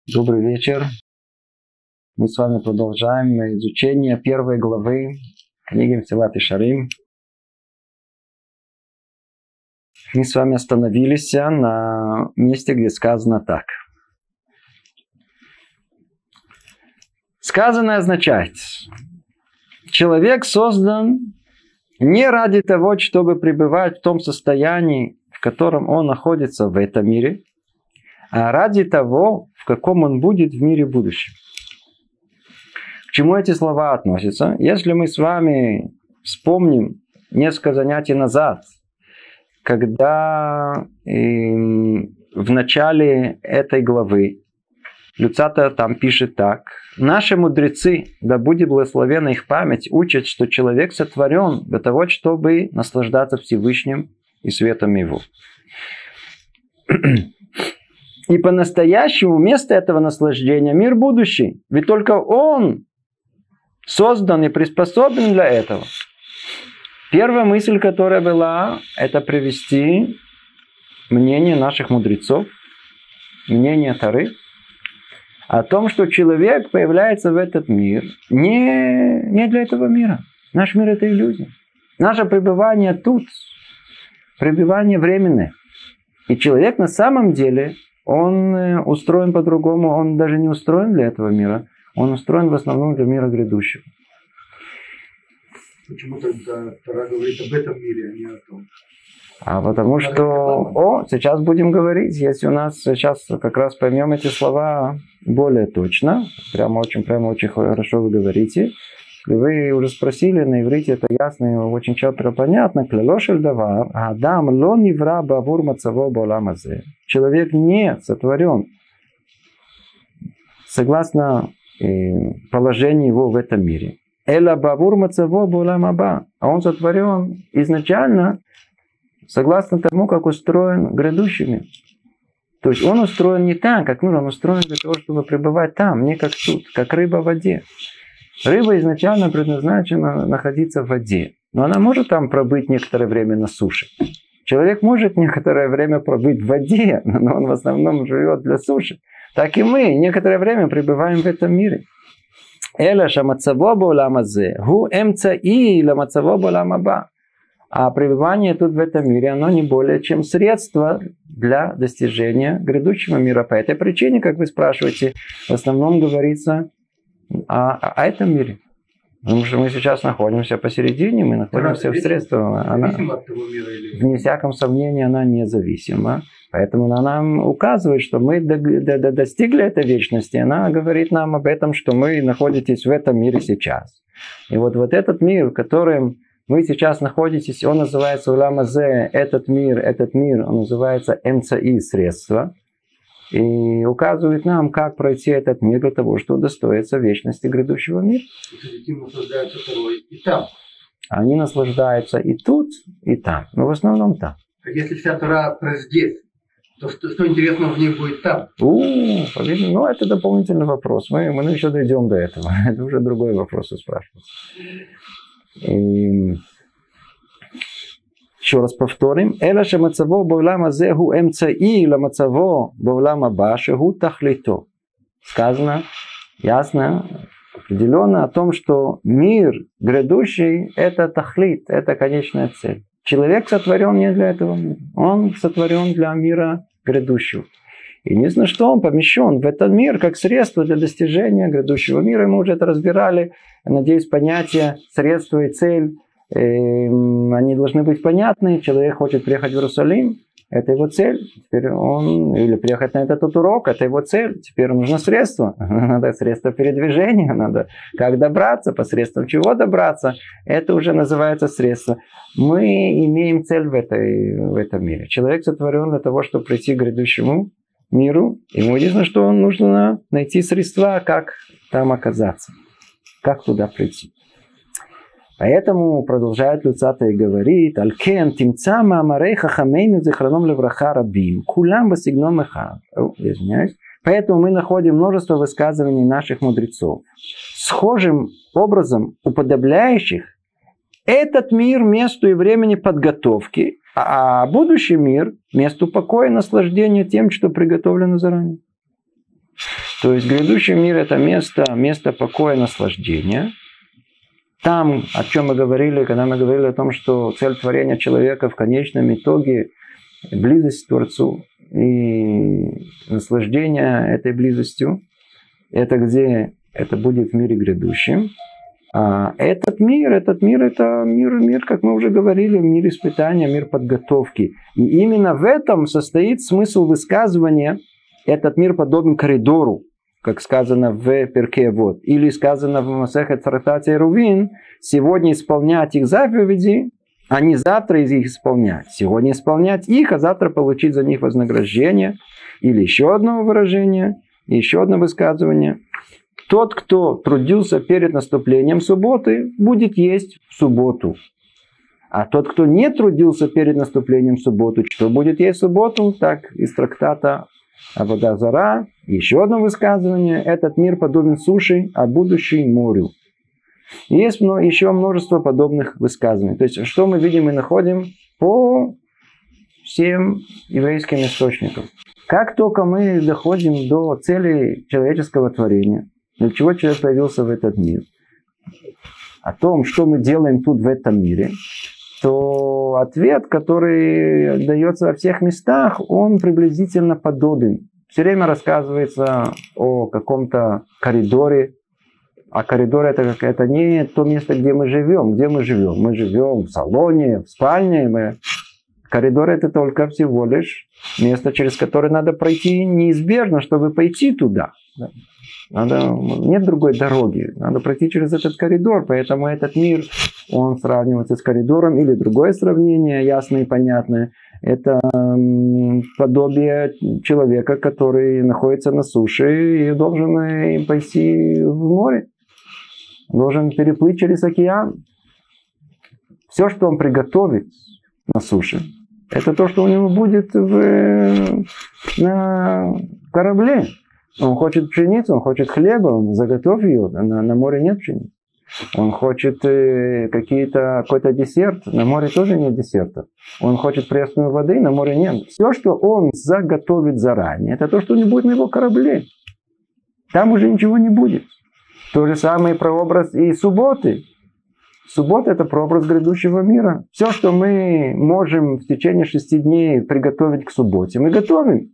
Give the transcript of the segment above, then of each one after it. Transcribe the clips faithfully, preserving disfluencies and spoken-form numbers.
Добрый вечер. Мы с вами продолжаем изучение первой главы книги Месилат Йешарим. Мы с вами остановились на месте, где сказано так. Сказанное означает: человек создан не ради того, чтобы пребывать в том состоянии, в котором он находится в этом мире, а ради того, в каком он будет в мире будущем. К чему эти слова относятся? Если мы с вами вспомним несколько занятий назад, когда э, в начале этой главы Люцата там пишет так: наши мудрецы, да будет благословена их память, учат, что человек сотворен для того, чтобы наслаждаться Всевышним и светом его. И по-настоящему вместо этого наслаждения мир будущий. Ведь только он создан и приспособлен для этого. Первая мысль, которая была, это привести мнение наших мудрецов, мнение Торы, о том, что человек появляется в этот мир не, не для этого мира. Наш мир – это иллюзия. Наше пребывание тут, пребывание временное. И человек на самом деле, он устроен по-другому, он даже не устроен для этого мира, он устроен в основном для мира грядущего. Почему тогда Тора говорит об этом мире, а не о том? А потому что, о, сейчас будем говорить, если у нас сейчас как раз поймем эти слова более точно, прямо очень, прямо очень хорошо вы говорите. Вы уже спросили, на иврите это ясно и очень четко понятно. Клалошель давар, адам ло нивра бавур мацаво баолам азе. Человек не сотворен согласно э, положению его в этом мире. Эла бавур мацаво баолам аба. А он сотворен изначально согласно тому, как устроен грядущий мир. То есть он устроен не так, как мир, он устроен для того, чтобы пребывать там, не как тут, как рыба в воде. Рыба изначально предназначена находиться в воде, но она может там пробыть некоторое время на суше. Человек может некоторое время пробыть в воде, но он в основном живет для суши. Так и мы некоторое время пребываем в этом мире. Эла шамацаво баолам азе, гу эмцаи ламацаво баолам аба. А пребывание тут в этом мире, оно не более чем средство для достижения грядущего мира. По этой причине, как вы спрашиваете, в основном говорится о, о этом мире. Потому что мы сейчас находимся посередине, мы находимся в средстве. Она, вне всяком сомнении, она независима. Поэтому она нам указывает, что мы достигли этой вечности. Она говорит нам об этом, что мы находитесь в этом мире сейчас. И вот, вот этот мир, в котором вы сейчас находитесь, он называется Олам Азе, этот мир, этот мир, он называется эмцаи, средство. И указывает нам, как пройти этот мир для того, чтобы удостоиться вечности грядущего мира. Этим наслаждаются второй и там. Они наслаждаются и тут, и там. Но в основном там. А если вся Тора про здесь, то что, что интересного в ней будет там? У-у-у, ну, это дополнительный вопрос. Мы, мы еще дойдем до этого. Это уже другой вопрос спрашивать. И... Еще раз повторим. Эла шамацаво баолам азе гу эмцаи ламацаво баолам аба шегу тахлито. Сказано ясно, определенно о том, что мир грядущий – это тахлит, это конечная цель. Человек сотворен не для этого мира. Он сотворен для мира грядущего. Единственное, что он помещен в этот мир как средство для достижения грядущего мира. И мы уже это разбирали. Надеюсь, понятия средство и цель, э, они должны быть понятны. Человек хочет приехать в Иерусалим, это его цель. Теперь он, или приехать на этот урок, это его цель. Теперь нужно средство. Надо средство передвижения, надо как добраться, посредством чего добраться. Это уже называется средство. Мы имеем цель в, этой, в этом мире. Человек сотворен для того, чтобы прийти к грядущему миру. Ему единственное, что нужно найти средства, как там оказаться. Как туда прийти. Поэтому продолжает Люцата и говорит: «Алкен тимца маамарей хахамейну зихраном левраха рабим, кулам басигном эхад». Извиняюсь. Поэтому мы находим множество высказываний наших мудрецов, схожим образом уподобляющих этот мир месту и времени подготовки, а будущий мир месту покоя и наслаждения тем, что приготовлено заранее. То есть грядущий мир – это место, место покоя, наслаждения. Там, о чем мы говорили, когда мы говорили о том, что цель творения человека в конечном итоге – близость к Творцу и наслаждение этой близостью. Это где? Это будет в мире грядущем. А этот мир, этот мир, это мир, мир, как мы уже говорили, мир испытания, мир подготовки. И именно в этом состоит смысл высказывания. Этот мир подобен коридору, как сказано в Перке Вот. Или сказано в Масехет Трактате Эрувин, сегодня исполнять их заповеди, а не завтра их исполнять. Сегодня исполнять их, а завтра получить за них вознаграждение. Или еще одно выражение, еще одно высказывание. Тот, кто трудился перед наступлением субботы, будет есть в субботу. А тот, кто не трудился перед наступлением субботы, что будет есть в субботу, так из трактата Авода Зара. Еще одно высказывание. Этот мир подобен суше, а будущий морю. И есть еще множество подобных высказываний. То есть, что мы видим и находим по всем еврейским источникам. Как только мы доходим до цели человеческого творения, для чего человек появился в этот мир, о том, что мы делаем тут в этом мире, то ответ, который дается во всех местах, он приблизительно подобен. Все время рассказывается о каком-то коридоре. А коридор это, это не то место, где мы живем. Где мы живем? Мы живем в салоне, в спальне. Мы... Коридор это только всего лишь место, через которое надо пройти неизбежно, чтобы пойти туда. Надо, нет другой дороги. Надо пройти через этот коридор. Поэтому этот мир, он сравнивается с коридором. Или другое сравнение, ясное и понятное. Это подобие человека, который находится на суше и должен пойти в море. Должен переплыть через океан. Все, что он приготовит на суше, это то, что у него будет в, на корабле. Он хочет пшеницу, он хочет хлеба, он заготовит ее. На, на море нет пшеницы. Он хочет э, какие-то, какой-то десерт, на море тоже нет десерта. Он хочет пресную воды, на море нет. Все, что он заготовит заранее, это то, что не будет на его корабле. Там уже ничего не будет. То же самое прообраз и субботы. Суббота – это прообраз грядущего мира. Все, что мы можем в течение шести дней приготовить к субботе, мы готовим.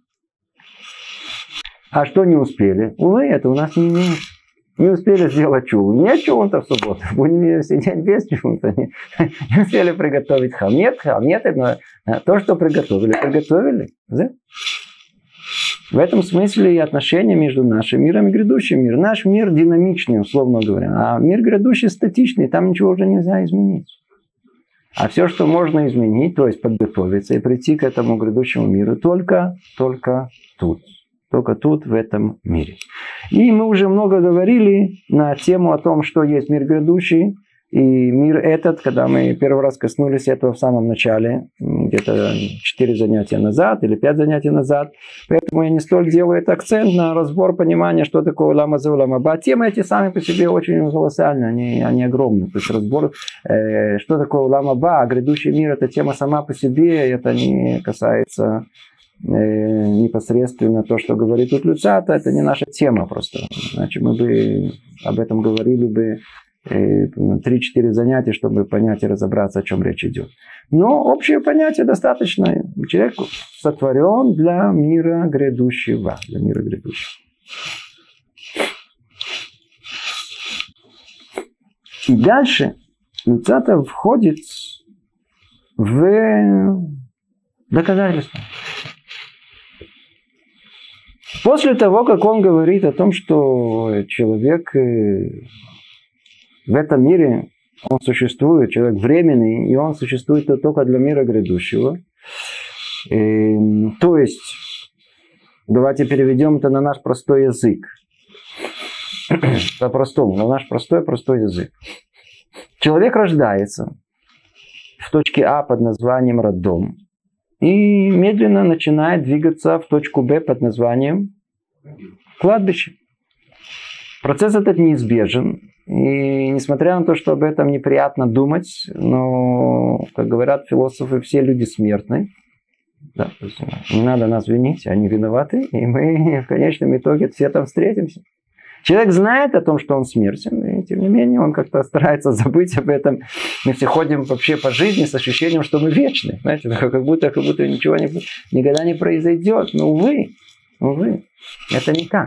А что не успели? Увы, это у нас не имеется. Не успели сделать чуву. Нет чего-то в субботу. Будем сидеть без чего-то. Не, не успели приготовить хам. Нет хам. Нет, но то, что приготовили, приготовили. Да? В этом смысле и отношения между нашим миром и грядущим миром. Наш мир динамичный, условно говоря. А мир грядущий статичный. Там ничего уже нельзя изменить. А все, что можно изменить, то есть подготовиться и прийти к этому грядущему миру, только, только тут. Только тут, в этом мире. И мы уже много говорили на тему о том, что есть мир грядущий и мир этот, когда мы первый раз коснулись этого в самом начале, где-то четыре занятия назад или пять занятий назад. Поэтому я не столь делаю акцент на разбор понимания, что такое улам азе, улам аба. Темы эти сами по себе очень колоссальны, они, они огромны. То есть разбор, э, что такое улам аба, а грядущий мир, эта тема сама по себе, это не касается... непосредственно то, что говорит тут Люцата, это не наша тема просто. Иначе мы бы об этом говорили бы три-четыре занятия, чтобы понять и разобраться, о чем речь идет. Но общее понятие достаточно. Человек сотворен для мира грядущего. Для мира грядущего. И дальше Люцата входит в доказательство. После того, как он говорит о том, что человек в этом мире, он существует, человек временный, и он существует только для мира грядущего. И, то есть, давайте переведем это на наш простой язык. По-простому, на наш простой-простой язык. Человек рождается в точке А под названием роддом. И медленно начинает двигаться в точку Б под названием кладбище. Процесс этот неизбежен. И несмотря на то, что об этом неприятно думать, но, как говорят философы, все люди смертны. Да, то есть не надо нас винить, они виноваты, и мы в конечном итоге все там встретимся. Человек знает о том, что он смертен, и тем не менее он как-то старается забыть об этом. Мы все ходим вообще по жизни с ощущением, что мы вечны. Знаете, как будто, как будто ничего не, никогда не произойдет. Но увы, увы, это не так.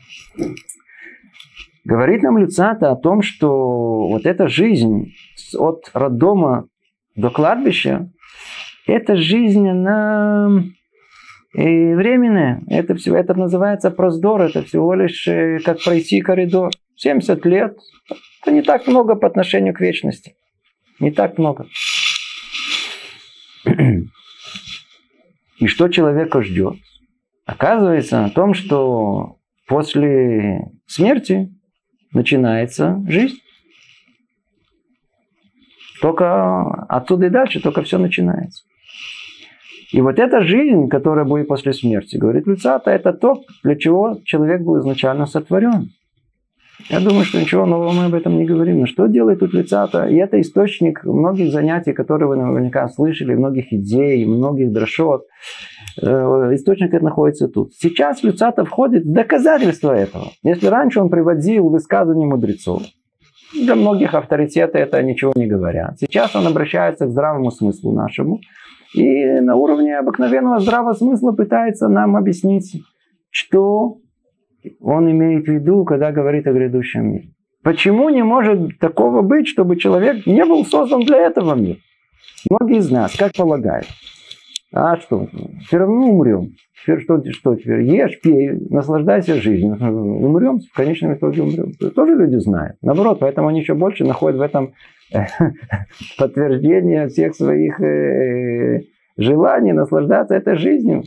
Говорит нам Люцата о том, что вот эта жизнь от роддома до кладбища, эта жизнь, она и временная. Это, все, это называется проздор. Это всего лишь как пройти коридор. семьдесят лет. Это не так много по отношению к вечности. Не так много. И что человека ждет? Оказывается о том, что после смерти начинается жизнь. Только отсюда и дальше, только все начинается. И вот эта жизнь, которая будет после смерти, говорит Люцата, это то, для чего человек был изначально сотворен. Я думаю, что ничего нового мы об этом не говорим. Но что делает тут Люцата? И это источник многих занятий, которые вы наверняка слышали, многих идей, многих дрошот. Источник это находится тут. Сейчас Люцата входит в доказательство этого. Если раньше он приводил высказывания мудрецов, для многих авторитеты это ничего не говорят. Сейчас он обращается к здравому смыслу нашему. И на уровне обыкновенного здравого смысла пытается нам объяснить, что он имеет в виду, когда говорит о грядущем мире. Почему не может такого быть, чтобы человек не был создан для этого мира? Многие из нас, как полагают, а что, все равно умрем. Теперь что, что теперь? Ешь, пей, наслаждайся жизнью. Умрем, в конечном итоге умрем. Тоже люди знают. Наоборот, поэтому они еще больше находят в этом подтверждение всех своих желаний наслаждаться этой жизнью.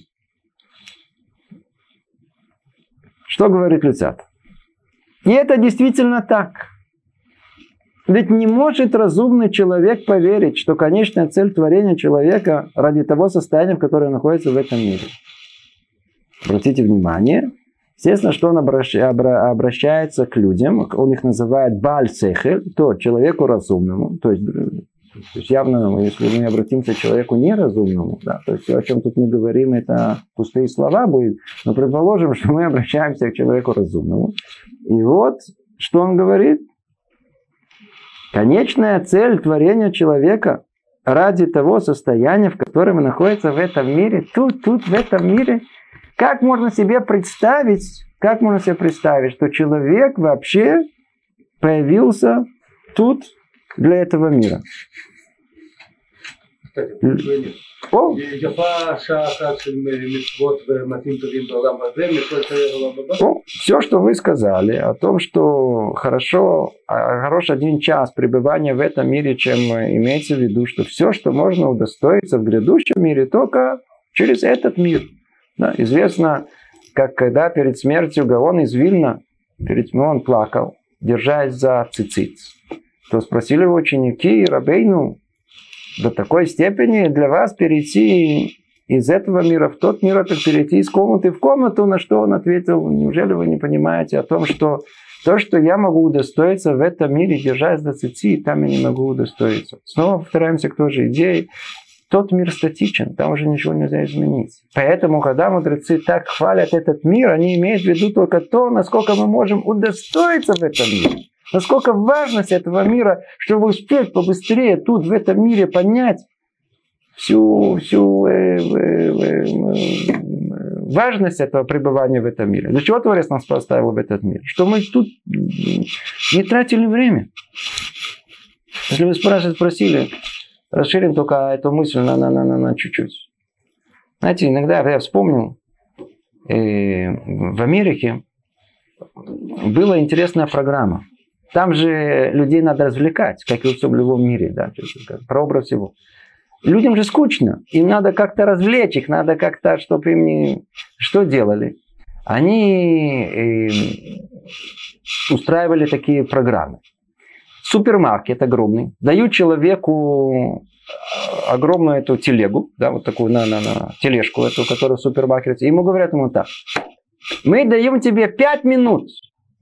Что говорит Люцата? И это действительно так. Ведь не может разумный человек поверить, что конечная цель творения человека ради того состояния, в котором он находится в этом мире. Обратите внимание, естественно, что он обращается к людям, он их называет баль-сехель, то человеку разумному, то есть, то есть явно, если мы обратимся к человеку неразумному, да, то есть все, о чем тут мы говорим, это пустые слова будут, но предположим, что мы обращаемся к человеку разумному. И вот, что он говорит? Конечная цель творения человека ради того состояния, в котором он находится в этом мире, тут, тут, в этом мире, как можно себе представить, как можно себе представить, что человек вообще появился тут для этого мира? Кстати, О! О, все, что вы сказали о том, что хорошо, хорош один час пребывания в этом мире, чем имеется в виду, что все, что можно удостоиться в грядущем мире, только через этот мир. Да, известно, как когда перед смертью Гаон из Вильна, перед смертью он плакал, держась за цицит. То спросили его ученики: Рабейну, до такой степени для вас перейти из этого мира в тот мир, это перейти из комнаты в комнату? На что он ответил: неужели вы не понимаете о том, что то, что я могу удостоиться в этом мире, держась за цицит, там я не могу удостоиться. Снова повторяемся к той же идее. Тот мир статичен, там уже ничего нельзя изменить. Поэтому, когда мудрецы так хвалят этот мир, они имеют в виду только то, насколько мы можем удостоиться в этом мире. Насколько важность этого мира, чтобы успеть побыстрее тут, в этом мире, понять всю, всю э, э, э, важность этого пребывания в этом мире. Для чего Творец нас поставил в этот мир? Что мы тут не тратили время. Если вы спрашиваете, спросили, расширим только эту мысль на, на, на, на, на чуть-чуть. Знаете, иногда я вспомнил, э, в Америке была интересная программа. Там же людей надо развлекать, как и в любом мире, да, прообраз всего. Людям же скучно, им надо как-то развлечь их, надо как-то, чтобы им не... Что делали? Они э, устраивали такие программы. Супермаркет огромный, дают человеку огромную эту телегу, да, вот такую на, на, на тележку, эту, которая в супермаркете, ему говорят ему так: мы даем тебе пять минут.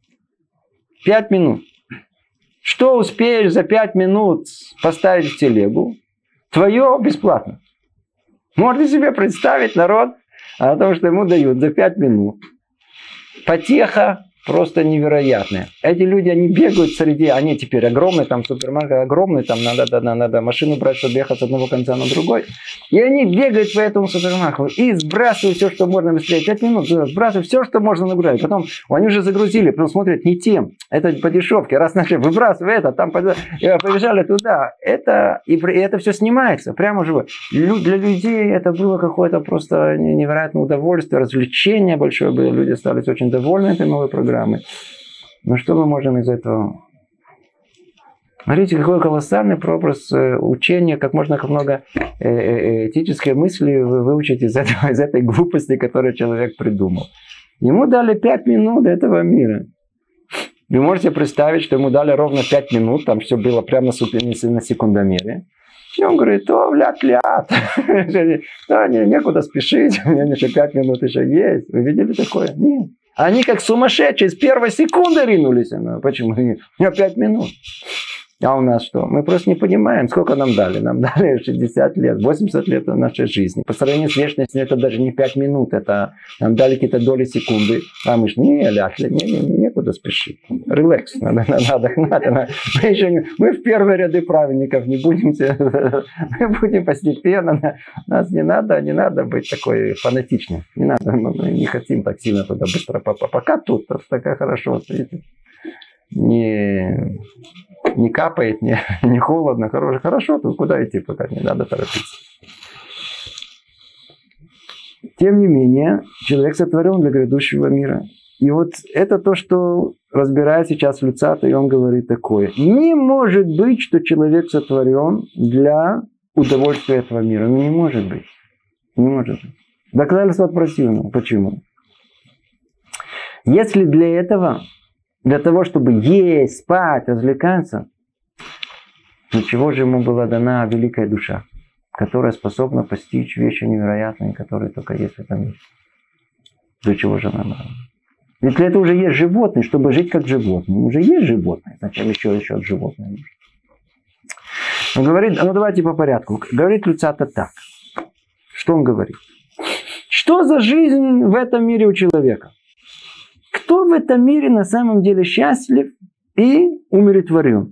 Пять минут. Что успеешь за пять минут поставить в телегу, твое бесплатно. Можете себе представить народ о том, что ему дают за пять минут. Потеха просто невероятная. Эти люди, они бегают среди, они теперь огромные, там супермаркет огромный, там надо, надо, надо машину брать, чтобы ехать с одного конца на другой. И они бегают по этому супермаркету и сбрасывают все, что можно быстрее. Пять минут сбрасывают все, что можно нагрузить. Потом они уже загрузили, потом смотрят не тем. Это по дешевке. Раз начали, выбрасывай это, там побежали туда. Это, и это все снимается. Прямо живое. Для людей это было какое-то просто невероятное удовольствие, развлечение большое было. Люди остались очень довольны этой новой программой. Но что мы можем из этого? Смотрите, какой колоссальный прообраз учения, как можно как много этической мысли выучить из, этого, из этой глупости, которую человек придумал. Ему дали пять минут этого мира. Вы можете представить, что ему дали ровно пять минут, там все было прямо на секундомере. И он говорит, о, ляд-ляд. Да, некуда спешить, у меня еще пять минут еще есть. Вы видели такое? Нет. Они как сумасшедшие с первой секунды ринулись. Ну, почему? У меня пять минут. А у нас что? Мы просто не понимаем, сколько нам дали. Нам дали шестьдесят лет, восемьдесят лет нашей жизни. По сравнению с вечностью, это даже не пять минут. Это нам дали какие-то доли секунды. А мы же, не, ляд, не, не, не, некуда спешить. Релакс, надо, надо, надо. надо. Мы, еще не, мы в первые ряды праведников не будем. Мы будем постепенно. Нас не надо, не надо быть такой фанатичным. Не надо, мы не хотим так сильно туда быстро. Пока тут такая хорошо. Не... Не капает, не, не холодно, хорошо, хорошо, тут куда идти, пока не надо торопиться. Тем не менее, человек сотворен для грядущего мира. И вот это то, что разбирает сейчас Люцата, и он говорит такое. Не может быть, что человек сотворен для удовольствия этого мира. Ну, не может быть. Не может быть. Доказательство противного. Почему? Если для этого... Для того, чтобы есть, спать, развлекаться, для чего же ему была дана великая душа, которая способна постичь вещи невероятные, которые только есть в этом мире. Для чего же она дана? Ведь для этого уже есть животные, чтобы жить как животные. Уже есть животные, зачем еще, еще от животных нужно? Он говорит, ну давайте по порядку. Говорит Люцата так. Что он говорит? Что за жизнь в этом мире у человека? Кто в этом мире на самом деле счастлив и умиротворен?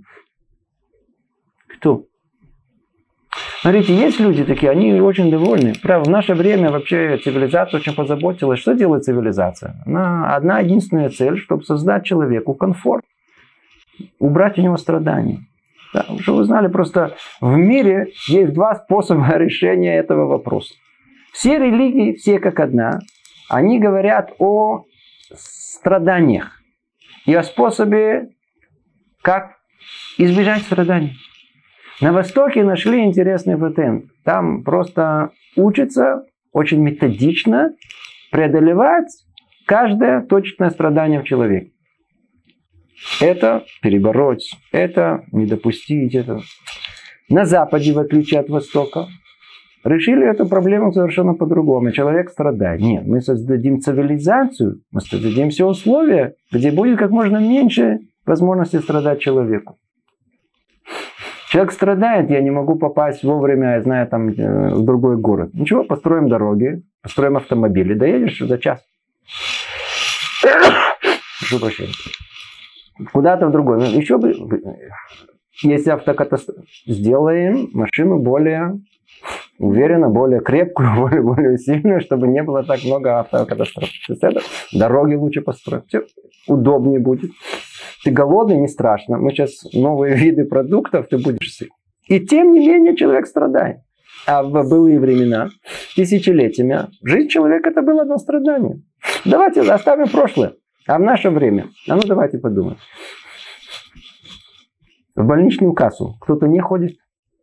Кто? Смотрите, есть люди такие, они очень довольны. Правда, в наше время вообще цивилизация очень позаботилась. Что делает цивилизация? Она одна единственная цель, чтобы создать человеку комфорт. Убрать у него страдания. Да, чтобы вы знали, просто в мире есть два способа решения этого вопроса. Все религии, все как одна, они говорят о страданиях и о способе, как избежать страданий. На Востоке нашли интересный патент. Там просто учатся очень методично преодолевать каждое точечное страдание в человеке. Это перебороть, это не допустить. Это. На Западе, в отличие от Востока, решили эту проблему совершенно по-другому. Человек страдает. Нет, мы создадим цивилизацию, мы создадим все условия, где будет как можно меньше возможности страдать человеку. Человек страдает, я не могу попасть вовремя, я знаю, там, в другой город. Ничего, построим дороги, построим автомобили, доедешь за час. Прошу прощения. Куда-то в другой. Еще бы, если автокатастрофа, сделаем машину более... уверенно, более крепкую, более, более сильную, чтобы не было так много автокатастроф. Дороги лучше построить. Все удобнее будет. Ты голодный, не страшно. Мы сейчас новые виды продуктов, ты будешь сыт. И тем не менее человек страдает. А в былые времена, тысячелетиями, жизнь человека это было одно страдание. Давайте оставим прошлое. А в наше время, а ну давайте подумаем. В больничную кассу кто-то не ходит.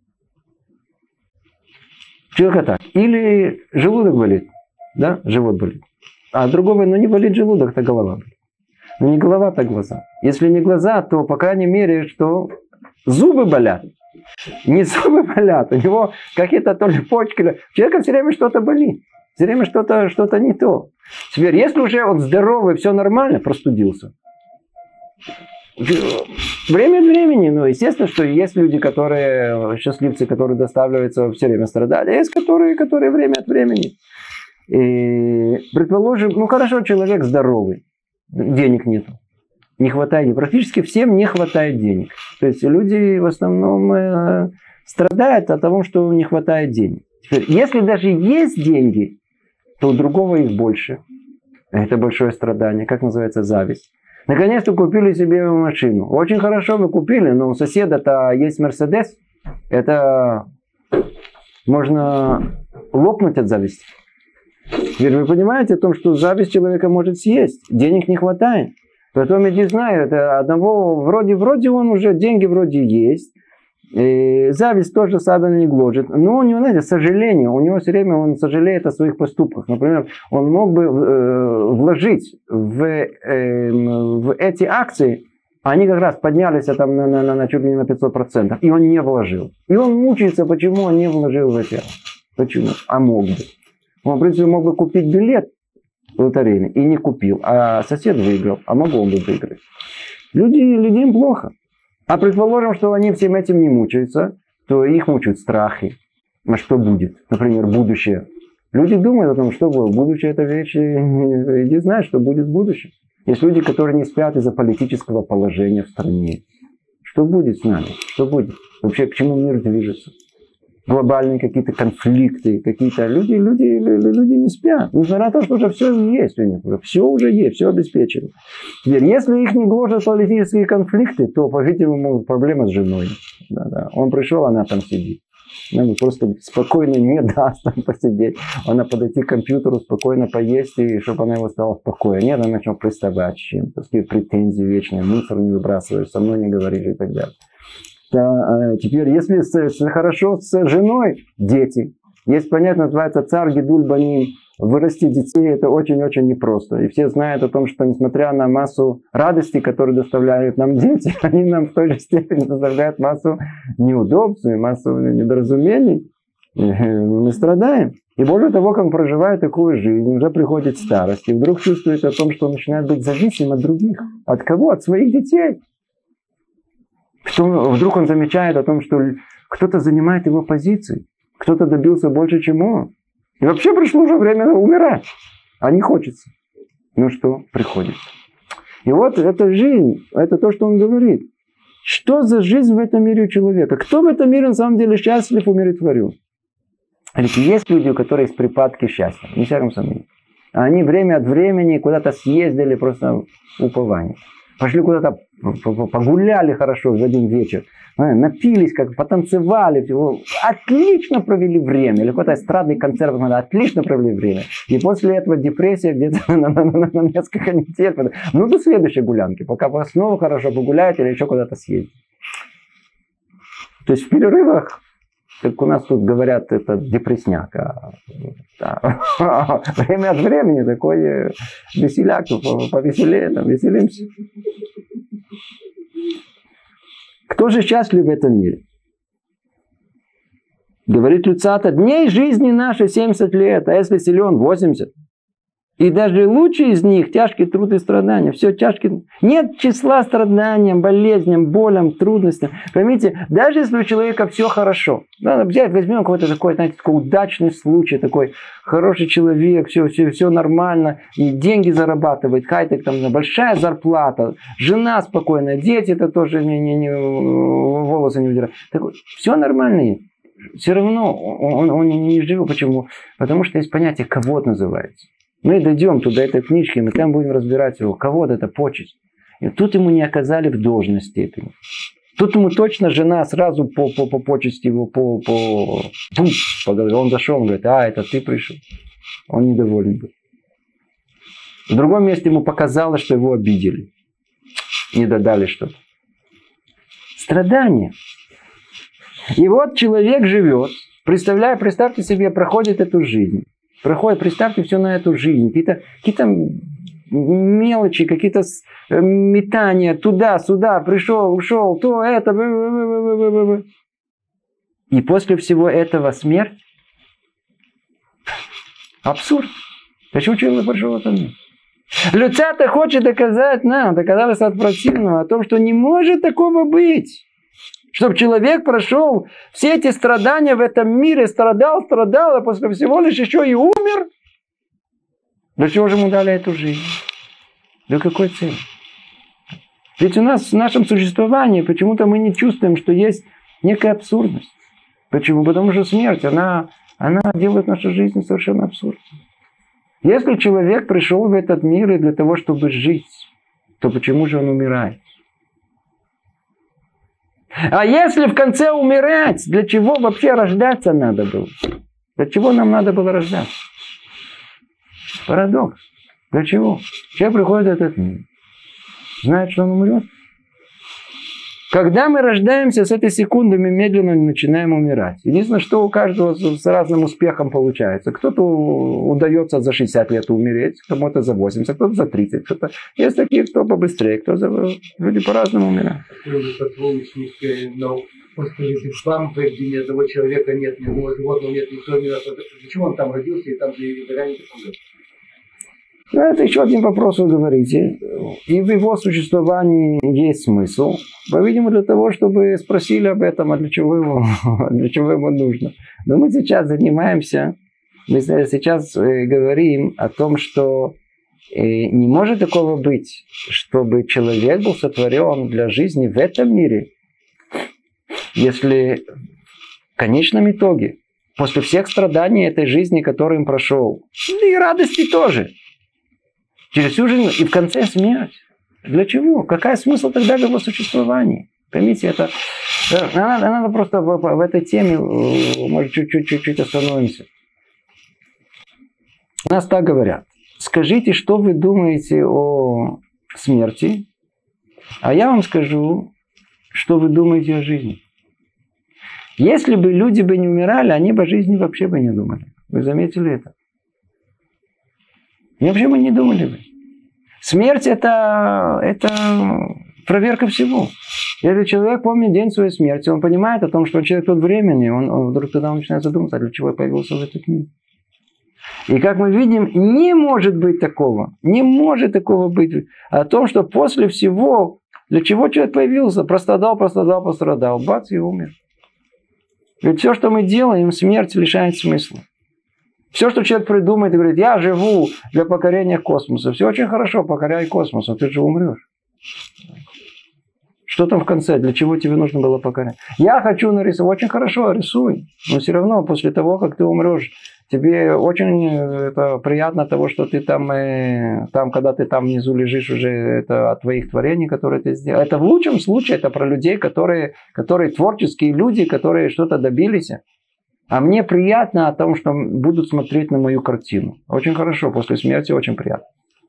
Человека так. Или желудок болит. Да, живот болит. А другого, ну не болит желудок, то голова болит. Но не голова, то глаза. Если не глаза, то, по крайней мере, что зубы болят. Не зубы болят. У него какие-то то ли почки. У человека все время что-то болит. Все время что-то, что-то не то. Теперь, если уже он здоровый, все нормально, простудился. Время от времени, но естественно, что есть люди, которые счастливцы, которые доставляются все время страдать, а есть которые, которые время от времени. И, предположим, ну хорошо, человек здоровый, денег нет, не хватает, практически всем не хватает денег. То есть люди в основном э, страдают от того, что не хватает денег. Теперь, если даже есть деньги, то у другого их больше. Это большое страдание. Как называется? Зависть. Наконец-то купили себе машину. Очень хорошо вы купили, но у соседа-то есть Мерседес. Это можно лопнуть от зависти. Теперь вы понимаете о том, что зависть человека может съесть. Денег не хватает. Потом я не знаю, это одного, вроде, вроде он уже, деньги вроде есть. И зависть тоже особенно не гложет. Но у него, знаете, сожаление. У него все время он сожалеет о своих поступках. Например, он мог бы э, вложить в, э, в эти акции, они как раз поднялись там, на, на, на чуть ли не на пятьсот процентов. И он не вложил. И он мучается, почему он не вложил в эти акции. Почему? А мог бы. Он, в принципе, мог бы купить билет лотерейный и не купил. А сосед выиграл, а мог он бы выиграть. Люди, людям плохо. А предположим, что они всем этим не мучаются, то их мучают страхи. А что будет? Например, будущее. Люди думают о том, что будет. Будущее — это вещь, не знают, что будет в будущем. Есть люди, которые не спят из-за политического положения в стране. Что будет с нами? Что будет? Вообще, к чему мир движется? Глобальные какие-то конфликты, какие-то люди, люди, люди не спят. Несмотря на то, что уже все есть у них. Все уже есть, все обеспечено. Теперь, если их не гложат политические конфликты, то, по-видимому, проблема с женой. Да-да. Он пришел, она там сидит. Она просто спокойно не даст там посидеть. Она подойти к компьютеру, спокойно поесть, и чтобы она его стала в покое. Нет, она начала приставать с чем-то. Такие претензии вечные. Мусор не выбрасываешь, со мной не говоришь и так далее. Да, теперь, если с, с, хорошо с женой, дети. Есть понятно, называется царь Гидуль Баним. Вырастить детей — это очень-очень непросто. И все знают о том, что несмотря на массу радости, которые доставляют нам дети, они нам в той же степени доставляют массу неудобств, массу недоразумений. И мы страдаем. И более того, как он проживает такую жизнь, уже приходит старость, и вдруг чувствует о том, что он начинает быть зависим от других. От кого? От своих детей. Что вдруг он замечает о том, что кто-то занимает его позиции, кто-то добился больше, чем он. И вообще пришло уже время умирать, а не хочется. Ну что, приходится. И вот эта жизнь, это то, что он говорит. Что за жизнь в этом мире у человека? Кто в этом мире на самом деле счастлив, умиротворен? Есть люди, у которых есть припадки счастья, не всяком сомнении. Они время от времени куда-то съездили, просто упование. Пошли куда-то, погуляли хорошо в один вечер, напились, как потанцевали, отлично провели время. Или какой-то эстрадный концерт, отлично провели время. И после этого депрессия где-то на, на, на, на несколько недель. Ну, до следующей гулянки, пока вы снова хорошо погуляете или еще куда-то съездите. То есть в перерывах, как у нас тут говорят, это депрессняк. А, да. Время от времени такой веселяк, повеселее, там, веселимся. Кто же счастлив в этом мире? Говорит Люцата, дней жизни нашей семьдесят лет, а если силен восемьдесят. И даже лучшие из них тяжкий труд и страдания. Все тяжкие. Нет числа страданиям, болезням, болям, трудностям. Поймите, даже если у человека все хорошо. Надо взять, возьмем какой-то такой, знаете, такой удачный случай, такой хороший человек, все, все, все нормально, и деньги зарабатывает, хай-тек, там большая зарплата, жена спокойная, дети-то тоже не, не, не, волосы не удирают. Все нормально. Все равно он, он, он не жил. Почему? Потому что есть понятие «ковод» называется. Мы дойдем туда, этой книжки, мы там будем разбирать его. Кого-то это почесть. И тут ему не оказали в должной степени. Тут ему точно жена сразу по, по, по почести его, по, по, пум, по голове. Он зашел, он говорит, а, это ты пришел. Он недоволен был. В другом месте ему показалось, что его обидели. Не додали что-то. Страдания. И вот человек живет, представляя, представьте себе, проходит эту жизнь. Проходит, представьте все на эту жизнь. Какие-то, какие-то мелочи, какие-то метания туда-сюда, пришел, ушел, то это. И после всего этого смерть. Абсурд. Почему человек пришел в этот мир? Люцата хочет доказать нам, доказать от противного, о том, что не может такого быть. Чтобы человек прошел все эти страдания в этом мире, страдал, страдал, а после всего лишь еще и умер. Для чего же ему дали эту жизнь? Для какой цели? Ведь у нас в нашем существовании почему-то мы не чувствуем, что есть некая абсурдность. Почему? Потому что смерть, она, она делает нашу жизнь совершенно абсурдной. Если человек пришел в этот мир для того, чтобы жить, то почему же он умирает? А если в конце умирать, для чего вообще рождаться надо было? Для чего нам надо было рождаться? Парадокс. Для чего? Человек приходит в этот мир, знает, что он умрет. Когда мы рождаемся, с этой секунды мы медленно начинаем умирать. Единственное, что у каждого с разным успехом получается. Кто-то удается за шестьдесят лет умереть, кому-то за восемьдесят, кто-то за тридцать. Кто-то... Есть такие, кто побыстрее, кто за... Люди по-разному умирают. Но если в вам в ни одного человека нет, ни одного животного нет, никто не раз. Почему он там родился и там же и не помрет? Это еще один вопрос, вы говорите. И в его существовании есть смысл. По-видимому, для того, чтобы спросили об этом, а для чего ему, для чего ему нужно. Но мы сейчас занимаемся, мы сейчас говорим о том, что не может такого быть, чтобы человек был сотворен для жизни в этом мире, если в конечном итоге, после всех страданий этой жизни, которую он прошел, и радости тоже, через всю жизнь и в конце смерть. Для чего? Какой смысл тогда в его существовании? Поймите, это... Надо, надо просто в, в этой теме, может, чуть-чуть остановимся. Нас так говорят. Скажите, что вы думаете о смерти, а я вам скажу, что вы думаете о жизни. Если бы люди бы не умирали, они бы о жизни вообще бы не думали. Вы заметили это? И вообще мы не думали бы. Смерть это, это проверка всего. Если человек помнит день своей смерти, он понимает о том, что человек тот временный, он, он вдруг тогда начинает задуматься, для чего я появился в этот мир. И как мы видим, не может быть такого. Не может такого быть. О том, что после всего, для чего человек появился, прострадал, прострадал, пострадал, бац, и умер. Ведь все, что мы делаем, смерть лишает смысла. Все, что человек придумает и говорит, я живу для покорения космоса. Все очень хорошо, покоряй космос, но ты же умрешь. Что там в конце? Для чего тебе нужно было покорять? Я хочу нарисовать. Очень хорошо, рисуй. Но все равно, после того, как ты умрешь, тебе очень это приятно того, что ты там, э, там, когда ты там внизу лежишь, уже это от твоих творений, которые ты сделал. Это в лучшем случае, это про людей, которые, которые творческие люди, которые что-то добились. А мне приятно о том, что будут смотреть на мою картину. Очень хорошо, после смерти очень приятно.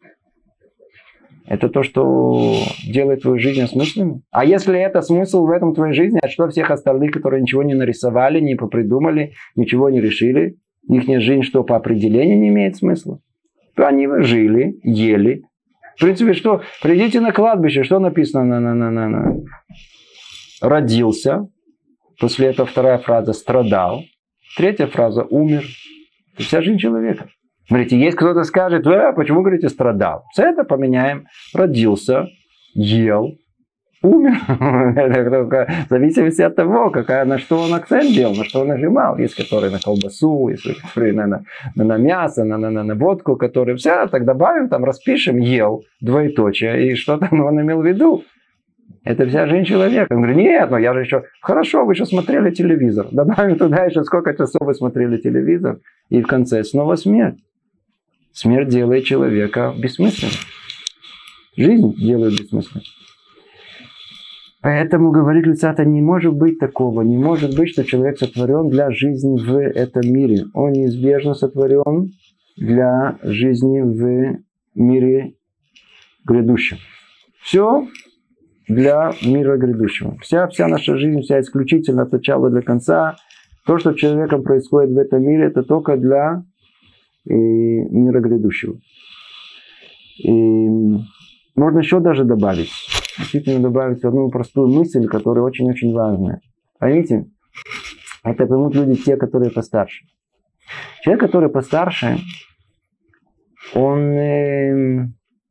Это то, что делает твою жизнь осмысленной. А если это смысл в этом твоей жизни, а что всех остальных, которые ничего не нарисовали, не попридумали, ничего не решили, их жизнь что по определению не имеет смысла? То они жили, ели. В принципе, что? Придите на кладбище, что написано на, на, на, на. Родился. После этого вторая фраза страдал. Третья фраза умер. Это вся жизнь человека. Смотрите, есть кто-то скажет, э, почему, говорите, страдал? Все это поменяем. Родился, ел, умер. В зависимости от того, какая, на что он акцент делал, на что он нажимал. Есть которые на колбасу, есть которые на, на, на мясо, на, на, на водку, которые все, так добавим, там распишем, ел, двоеточие, и что там он имел в виду. Это вся жизнь человека. Он говорит, нет, но я же еще... Хорошо, вы еще смотрели телевизор. Добавим туда еще сколько часов вы смотрели телевизор. И в конце снова смерть. Смерть делает человека бессмысленным. Жизнь делает бессмысленным. Поэтому, говорит Люцата, не может быть такого. Не может быть, что человек сотворен для жизни в этом мире. Он неизбежно сотворен для жизни в мире грядущем. Все для мира грядущего. Вся, вся наша жизнь, вся исключительно от начала до конца. То, что с человеком происходит в этом мире, это только для и, мира грядущего. И можно еще даже добавить, действительно добавить одну простую мысль, которая очень-очень важная. Поймите, это поймут люди, те, которые постарше. Человек, который постарше, он... Э,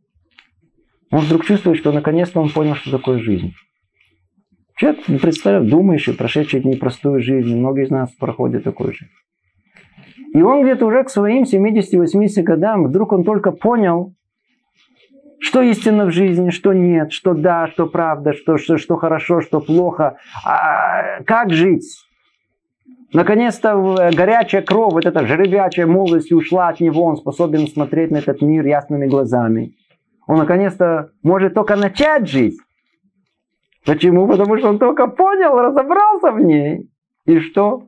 Он вдруг чувствует, что наконец-то он понял, что такое жизнь. Человек, представляет, думающий, прошедший непростую жизнь, многие из нас проходят такую жизнь. И он где-то уже к своим семидесяти-восьмидесяти годам, вдруг он только понял, что истинно в жизни, что нет, что да, что правда, что, что, что хорошо, что плохо, а как жить. Наконец-то горячая кровь, вот эта жеребячая молодость ушла от него, он способен смотреть на этот мир ясными глазами. Он наконец-то может только начать жить. Почему? Потому что он только понял, разобрался в ней. И что?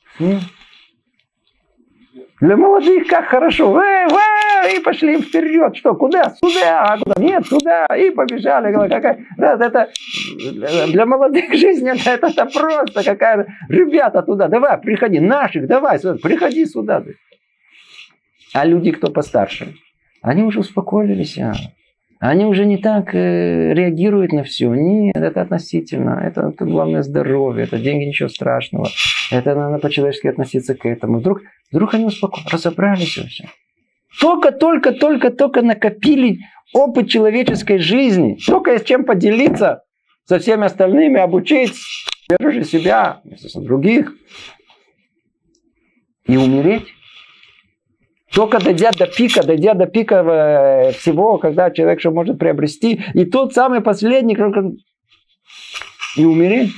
Для молодых как хорошо. Э, э, и пошли вперед. Что? Куда? Сюда. А куда? Нет, сюда. И побежали. Какая... Это... Для молодых жизнь это, это, это просто. Какая... Ребята туда. Давай, приходи. Наших, давай. Сюда. Приходи сюда. А люди, кто постарше, они уже успокоились. Они уже не так э, реагируют на все. Нет, это относительно. Это, это главное здоровье. Это деньги, ничего страшного. Это надо по-человечески относиться к этому. Вдруг, вдруг они успокоились, разобрались во всем. Только, только, только, только накопили опыт человеческой жизни. Только есть чем поделиться со всеми остальными, обучить, держать себя, вместо других. И умереть. Только дойдя до пика, дойдя до пика всего, когда человек что может приобрести, и тот самый последний, и умереть.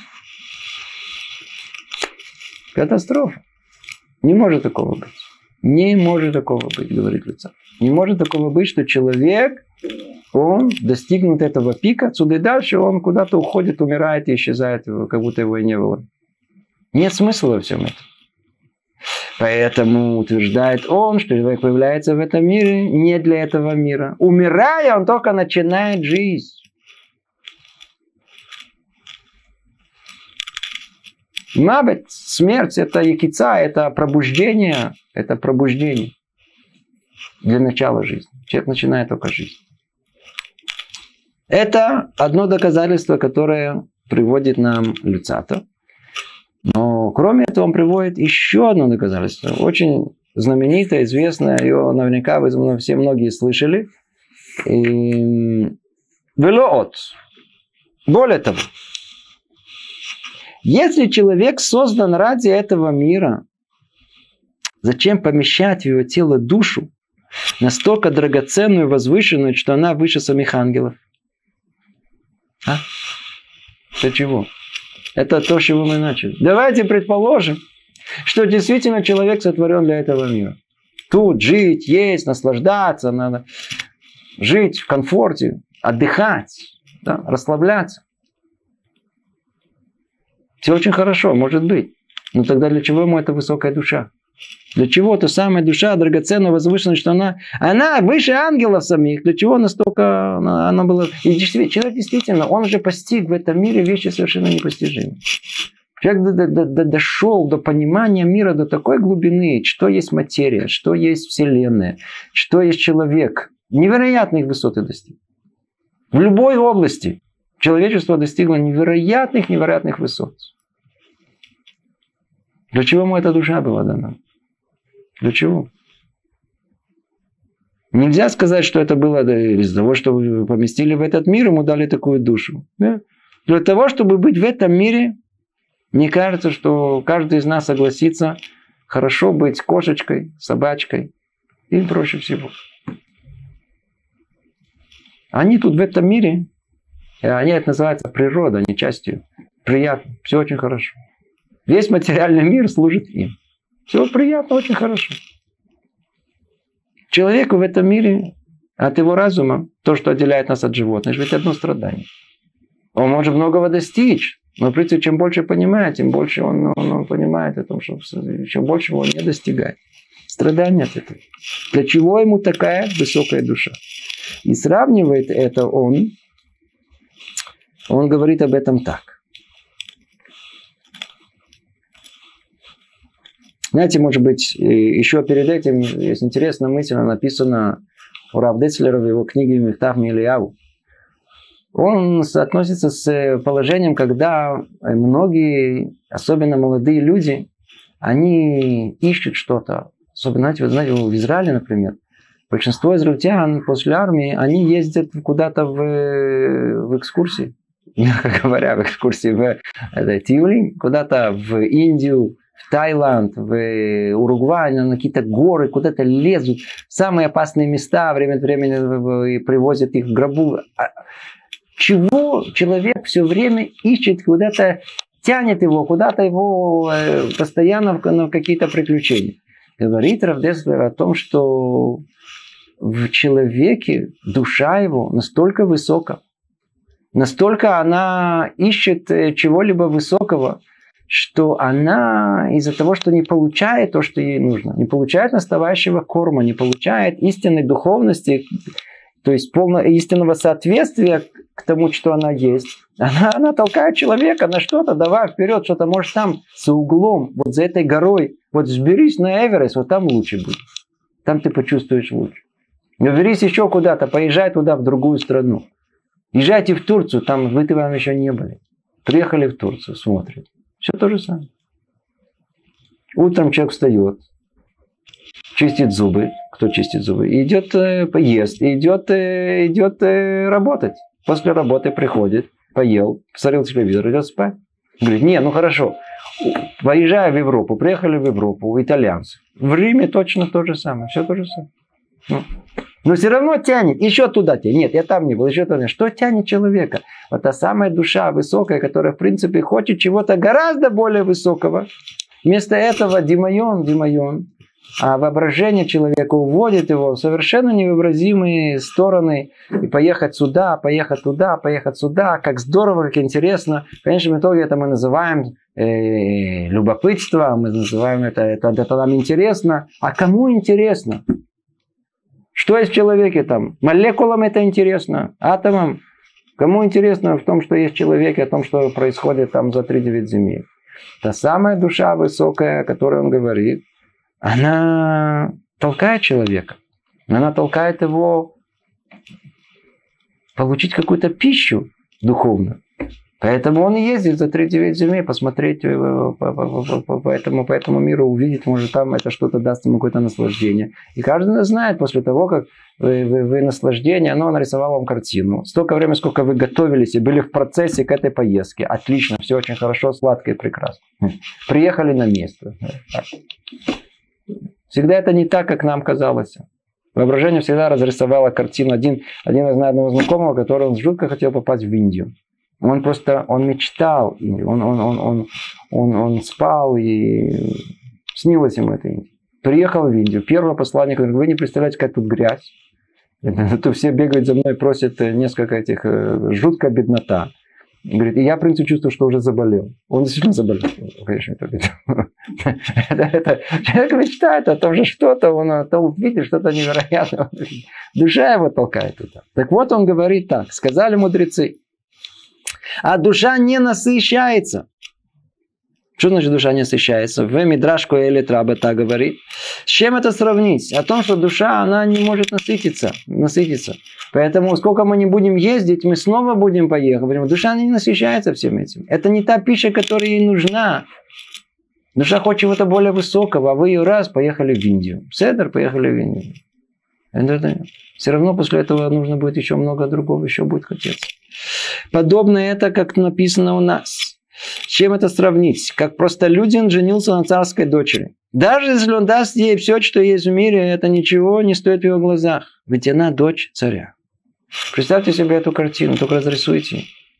Катастрофа. Не может такого быть. Не может такого быть, говорит Люцат. Не может такого быть, что человек, он достигнут этого пика, отсюда и дальше он куда-то уходит, умирает и исчезает, как будто его и не было. Нет смысла во всем этом. Поэтому утверждает он, что человек появляется в этом мире не для этого мира. Умирая, он только начинает жизнь. Мабет, смерть, это якица, это пробуждение, это пробуждение для начала жизни. Человек начинает только жизнь. Это одно доказательство, которое приводит нам Люцата. Но кроме этого он приводит еще одно доказательство. Очень знаменитое, известное. Ее наверняка вы все многие слышали. Велоот. Более того. Если человек создан ради этого мира, зачем помещать в его тело душу, настолько драгоценную и возвышенную, что она выше самих ангелов? А? Для чего? Это то, с чего мы начали. Давайте предположим, что действительно человек сотворен для этого мира. Тут жить, есть, наслаждаться, надо жить в комфорте, отдыхать, да, расслабляться. Все очень хорошо, может быть. Но тогда для чего ему эта высокая душа? Для чего та самая душа драгоценная, возвышенная, что она, она выше ангелов самих? Для чего настолько она, она была... И действительно, человек действительно, он же постиг в этом мире вещи совершенно непостижимые. Человек до, до, до, дошел до понимания мира до такой глубины, что есть материя, что есть Вселенная, что есть человек. Невероятных высот и достиг. В любой области человечество достигло невероятных, невероятных высот. Для чего ему эта душа была дана? Для чего? Нельзя сказать, что это было из-за того, что вы поместили в этот мир, ему дали такую душу. Да? Для того, чтобы быть в этом мире, мне кажется, что каждый из нас согласится хорошо быть кошечкой, собачкой. Им проще всего. Они тут в этом мире, они это называется природа, не частью. Приятно, все очень хорошо. Весь материальный мир служит им. Все приятно, очень хорошо. Человеку в этом мире от его разума, то, что отделяет нас от животных, ведь одно страдание. Он может многого достичь, но, в принципе, чем больше понимает, тем больше он, он, он понимает о том, что чем больше он не достигает. Страдания от этого. Для чего ему такая высокая душа? И сравнивает это он, он говорит об этом так. Знаете, может быть, еще перед этим есть интересная мысль, она написана у Рав Децлера в его книге «Михтав Милияу». Он относится с положением, когда многие, особенно молодые люди, они ищут что-то. Особенно, знаете, вы знаете, в Израиле, например, Большинство израильтян после армии, они ездят куда-то в, в экскурсии. Мягко говоря, в экскурсии в Тиулин, куда-то в Индию, в Таиланд, в Уругвай, на какие-то горы, куда-то лезут. В самые опасные места время от времени привозят их в гробу. Чего человек все время ищет, куда-то тянет его, куда-то его постоянно в какие-то приключения. Говорит Рав Деслер о том, что в человеке душа его настолько высока, настолько она ищет чего-либо высокого, что она из-за того, что не получает то, что ей нужно, не получает настоящего корма, не получает истинной духовности, то есть полного истинного соответствия к тому, что она есть, она, она толкает человека на что-то, давай вперед, что-то можешь там за углом, вот за этой горой, вот сберись на Эверест, вот там лучше будет. Там ты почувствуешь лучше. Верись еще куда-то, поезжай туда, в другую страну. Езжайте в Турцию, там вы там еще не были. Приехали в Турцию, смотрим. Все то же самое. Утром человек встает, чистит зубы. Кто чистит зубы? Идет, ест, идет, идет работать. После работы приходит, поел, посмотрел телевизор, идет спать. Говорит, не, ну хорошо. Поезжая в Европу, приехали в Европу, итальянцы. В Риме точно то же самое. Все то же самое. Ну. Но все равно тянет. Еще туда тянет. Нет, я там не был. Еще туда. Что тянет человека? Вот та самая душа высокая, которая, в принципе, хочет чего-то гораздо более высокого. Вместо этого димайон, димайон. А воображение человека уводит его в совершенно невообразимые стороны. И поехать сюда, поехать туда, поехать сюда. Как здорово, как интересно. В конечном итоге это мы называем э, любопытство. Мы называем это, это, это нам интересно. А кому интересно? Что есть в человеке там? Молекулам это интересно, атомам. Кому интересно в том, что есть в человеке, о том, что происходит там за три девять земель. Та самая душа высокая, о которой он говорит, она толкает человека. Она толкает его получить какую-то пищу духовную. Поэтому он и ездит за три девять земель, посмотреть по, по, по, по, этому, по этому миру, увидеть, может, там это что-то даст ему какое-то наслаждение. И каждый знает, после того, как вы, вы, вы наслаждение, оно нарисовало вам картину. Столько времени, сколько вы готовились и были в процессе к этой поездке. Отлично, все очень хорошо, сладко и прекрасно. Приехали на место. Всегда это не так, как нам казалось. Воображение всегда разрисовало картину. Один, один из одного знакомого, который он жутко хотел попасть в Индию. Он просто, он мечтал, он, он, он, он, он, он спал, и снилось ему это. Приехал в Индию. Первое послание, говорит, вы не представляете, как тут грязь. Тут все бегают за мной, просят несколько этих, жуткая беднота. Говорит, и я, в принципе, чувствую, что уже заболел. Он действительно заболел. Человек мечтает о том же что-то, он то увидит что-то невероятное. Душа его толкает туда. Так вот он говорит так, сказали мудрецы. А душа не насыщается. Что значит душа не насыщается? В Мидраш Коэлет Раба так говорит. С чем это сравнить? О том, что душа, она не может насытиться. насытиться. Поэтому, сколько мы не будем ездить, мы снова будем поехать. Потому что душа не насыщается всем этим. Это не та пища, которая ей нужна. Душа хочет чего-то более высокого, а вы ее раз поехали в Индию. Седер, поехали в Индию. Это, все равно после этого нужно будет еще много другого, еще будет хотеться. Подобно это, как написано у нас. С чем это сравнить? Как простолюдин женился на царской дочери. Даже если он даст ей все, что есть в мире, это ничего не стоит в его глазах. Ведь она дочь царя. Представьте себе эту картину, только разрисуйте.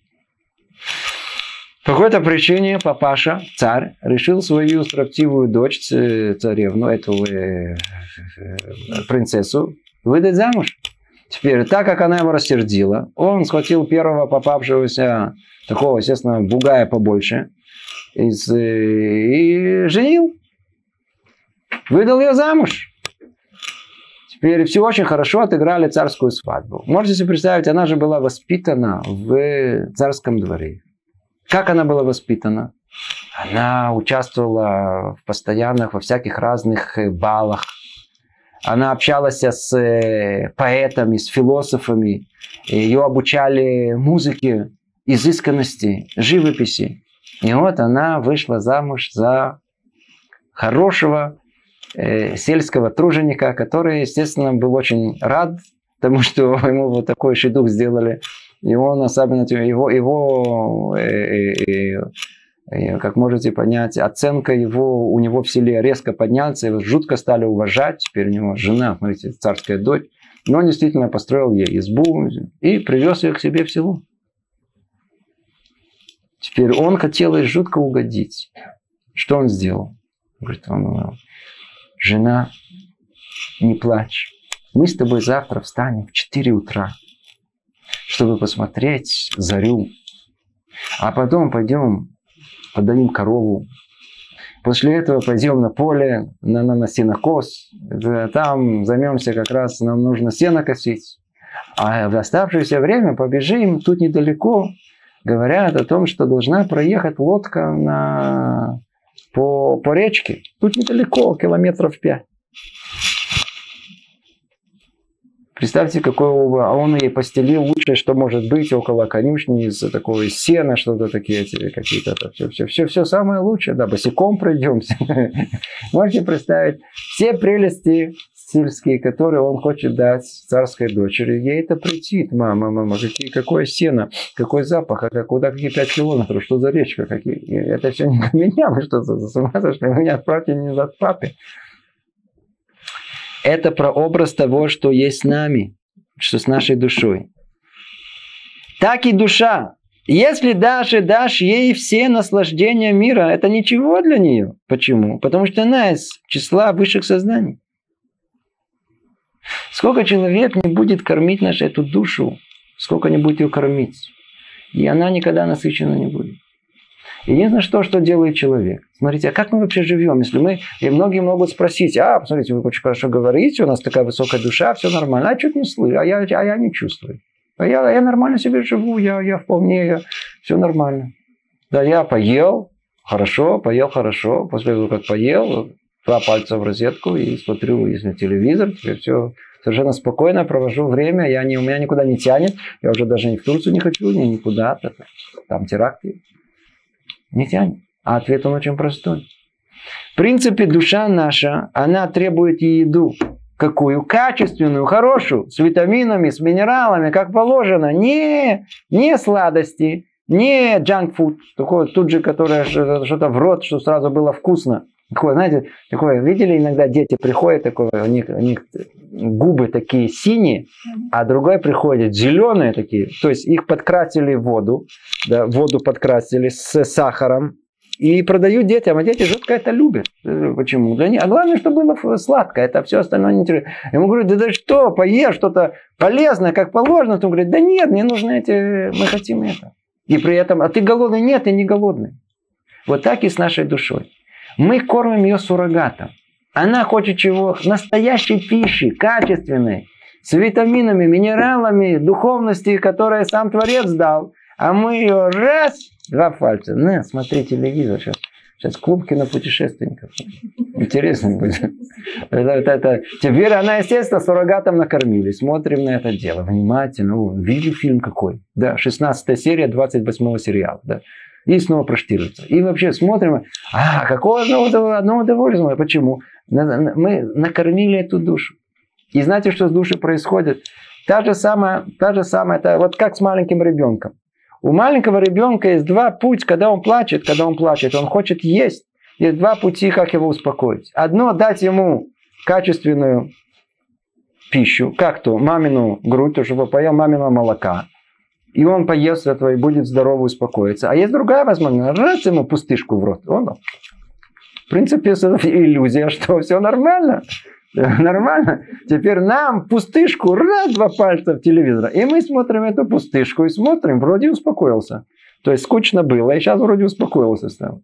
По какой-то причине папаша, царь, решил свою строптивую дочь, царевну, эту э, э, принцессу, выдать замуж. Теперь, так как она его рассердила, он схватил первого попавшегося, такого, естественно, бугая побольше, и, и женил. Выдал ее замуж. Теперь все очень хорошо отыграли царскую свадьбу. Можете себе представить, она же была воспитана в царском дворе. Как она была воспитана? Она участвовала в постоянных, во всяких разных балах. Она общалась с поэтами, с философами. Ее обучали музыке, изысканности, живописи. И вот она вышла замуж за хорошего э, сельского труженика, который, естественно, был очень рад тому, что ему вот такой шидух сделали. И он, особенно его, его э, э, э, как можете понять, оценка его у него в селе резко поднялась, его жутко стали уважать. Теперь у него жена, смотрите, царская дочь. Но он действительно построил ей избу и привез ее к себе в село. Теперь он хотел ей жутко угодить. Что он сделал? Говорит, он, жена, не плачь. Мы с тобой завтра встанем в четыре утра, чтобы посмотреть зарю. А потом пойдем, подадим корову. После этого пойдем на поле, на, на, на сенокос. Там займемся как раз, нам нужно сено косить. А в оставшееся время побежим тут недалеко. Говорят о том, что должна проехать лодка на, по, по речке. Тут недалеко, километров пять. Представьте, какого... А он ей постелил лучшее, что может быть около конюшни из такого сена, что-то такие какие-то. Все, все, все, все самое лучшее. Да, босиком пройдемся. Можете представить все прелести сельские, которые он хочет дать царской дочери. Ей это претит. Мама, мама, какие, какое сено, какой запах, а куда какие пять километров, что за речка, какие. Это все не для меня, вы что, с ума сошли? Меня отправьте не за папы. Это прообраз того, что есть с нами, что с нашей душой. Так и душа. Если дашь и дашь ей все наслаждения мира, это ничего для нее. Почему? Потому что она из числа высших сознаний. Сколько человек не будет кормить нашу эту душу, сколько не будет ее кормить, и она никогда насыщена не будет. Единственное, что, что делает человек. Смотрите, а как мы вообще живем? Если мы, и многие могут спросить, а, посмотрите, вы очень хорошо говорите, у нас такая высокая душа, все нормально. А я что-то не слышу, а я, а я не чувствую. А я, я нормально себе живу, я, я вполне, я, все нормально. Да, я поел, хорошо, поел хорошо. После того, как поел, два пальца в розетку и смотрю, если телевизор, теперь все совершенно спокойно провожу время, я не, у меня никуда не тянет, я уже даже ни в Турцию не хочу, ни никуда, там теракты. Не тянет. А ответ он очень простой. В принципе, душа наша, она требует еду. Какую? Качественную, хорошую, с витаминами, с минералами, как положено. Не, не сладости, не джанк-фуд, такое тут же, которое что-то в рот, что сразу было вкусно. Такое, знаете, такое, видели, иногда дети приходят, такое, у них, у них губы такие синие, а другой приходит зеленые такие, то есть их подкрасили в воду, да, воду подкрасили с сахаром и продают детям, а дети жутко это любят. Почему? Да не, а главное, чтобы было сладко, это все остальное не интересно. Я ему говорю, да, да что, поешь что-то полезное, как положено, он говорит, да нет, мне нужно эти, мы хотим это. И при этом, а ты голодный? Нет, я не голодный. Вот так и с нашей душой. Мы кормим ее суррогатом. Она хочет чего? Настоящей пищи, качественной, с витаминами, минералами, духовности, которые сам Творец дал. А мы ее раз, два пальца. На, смотри телевизор сейчас. Сейчас клуб кинопутешественников. Интересно будет. Это, это, это. Теперь она, естественно, суррогатом накормили. Смотрим на это дело внимательно. О, видели фильм какой? Да, шестнадцатая серия двадцать восьмого сериала. Да. И снова проштируется. И вообще смотрим, а какое одно, одно удовольствие. Почему? Мы накормили эту душу. И знаете, что с душой происходит? Та же самая, та же самая, это вот как с маленьким ребенком. У маленького ребенка есть два пути, когда он плачет, когда он плачет, он хочет есть. Есть два пути, как его успокоить. Одно, дать ему качественную пищу, как то мамину грудь, чтобы поел маминого молока. И он поест этого и будет здорово успокоиться. А есть другая возможность. Раз ему пустышку в рот. Он, в принципе, иллюзия, что все нормально. Нормально. Теперь нам пустышку, раз, два пальца в телевизор. И мы смотрим эту пустышку и смотрим, вроде успокоился. То есть скучно было, и сейчас вроде успокоился стал.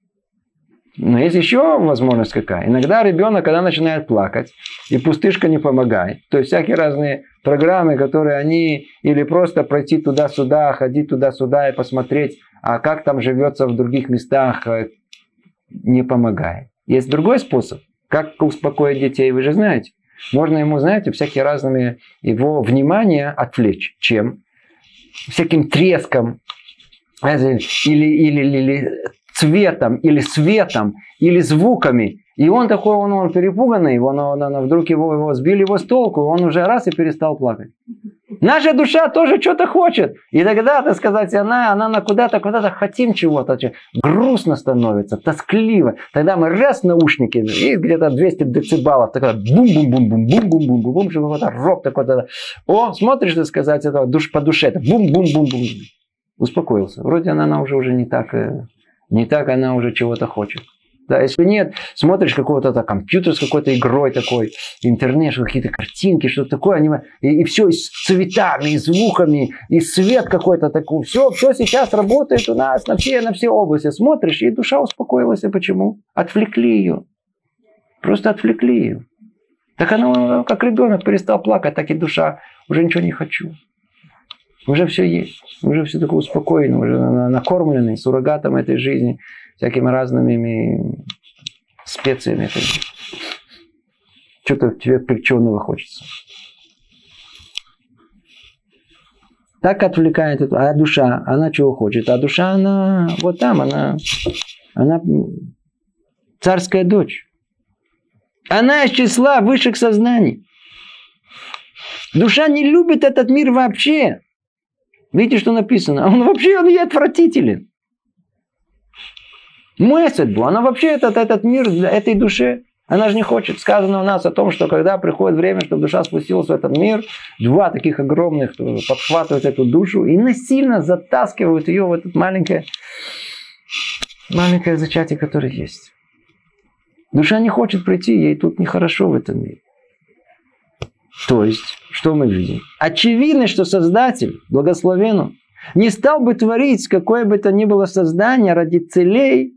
Но есть еще возможность какая. Иногда ребенок, когда начинает плакать, и пустышка не помогает. То есть всякие разные программы, которые они, или просто пройти туда-сюда, ходить туда-сюда и посмотреть, а как там живется в других местах, не помогает. Есть другой способ. Как успокоить детей, вы же знаете. Можно ему, знаете, всякие разными его внимание отвлечь. Чем? Всяким треском. Или, или, или цветом или светом или звуками. И он такой, он, он перепуганный, он, он, он, вдруг его, его сбили его с толку, он уже раз и перестал плакать. Наша душа тоже что-то хочет. И тогда, так сказать, она, она на куда-то, куда-то хотим чего-то. Грустно становится, тоскливо. Тогда мы раз наушники, и где-то двести децибалов, такая бум-бум-бум-бум-бум-бум-бум-бум, чтобы вот рок такой-то. О, смотришь, так сказать, это душ по душе, это бум-бум-бум-бум. Успокоился. Вроде она, она уже, уже не так, не так она уже чего-то хочет. Да, если нет, смотришь какого-то компьютер с какой-то игрой такой, интернет, какие-то картинки, что-то такое, они, и, и все и с цветами, и звуками, и свет какой-то такой. Все, все сейчас работает у нас на все, на все области. Смотришь, и душа успокоилась. И почему? Отвлекли ее. Просто отвлекли ее. Так она, как ребенок, перестал плакать, так и душа. Уже ничего не хочу. Уже все есть. Уже все такое успокоено, уже накормленный суррогатом этой жизни. Всякими разными специями. Что-то тебе печеного хочется. Так отвлекает. А душа, она чего хочет? А душа, она вот там, она, она царская дочь. Она из числа высших сознаний. Душа не любит этот мир вообще. Видите, что написано? Он вообще, он ей отвратителен. Мысль, она вообще этот, этот мир для этой души, она же не хочет. Сказано у нас о том, что когда приходит время, чтобы душа спустилась в этот мир, два таких огромных подхватывают эту душу и насильно затаскивают ее в это маленькое, маленькое зачатие, которое есть. Душа не хочет прийти, ей тут нехорошо в этом мире. То есть, что мы видим? Очевидно, что Создатель, благословен он, не стал бы творить какое бы то ни было создание ради целей,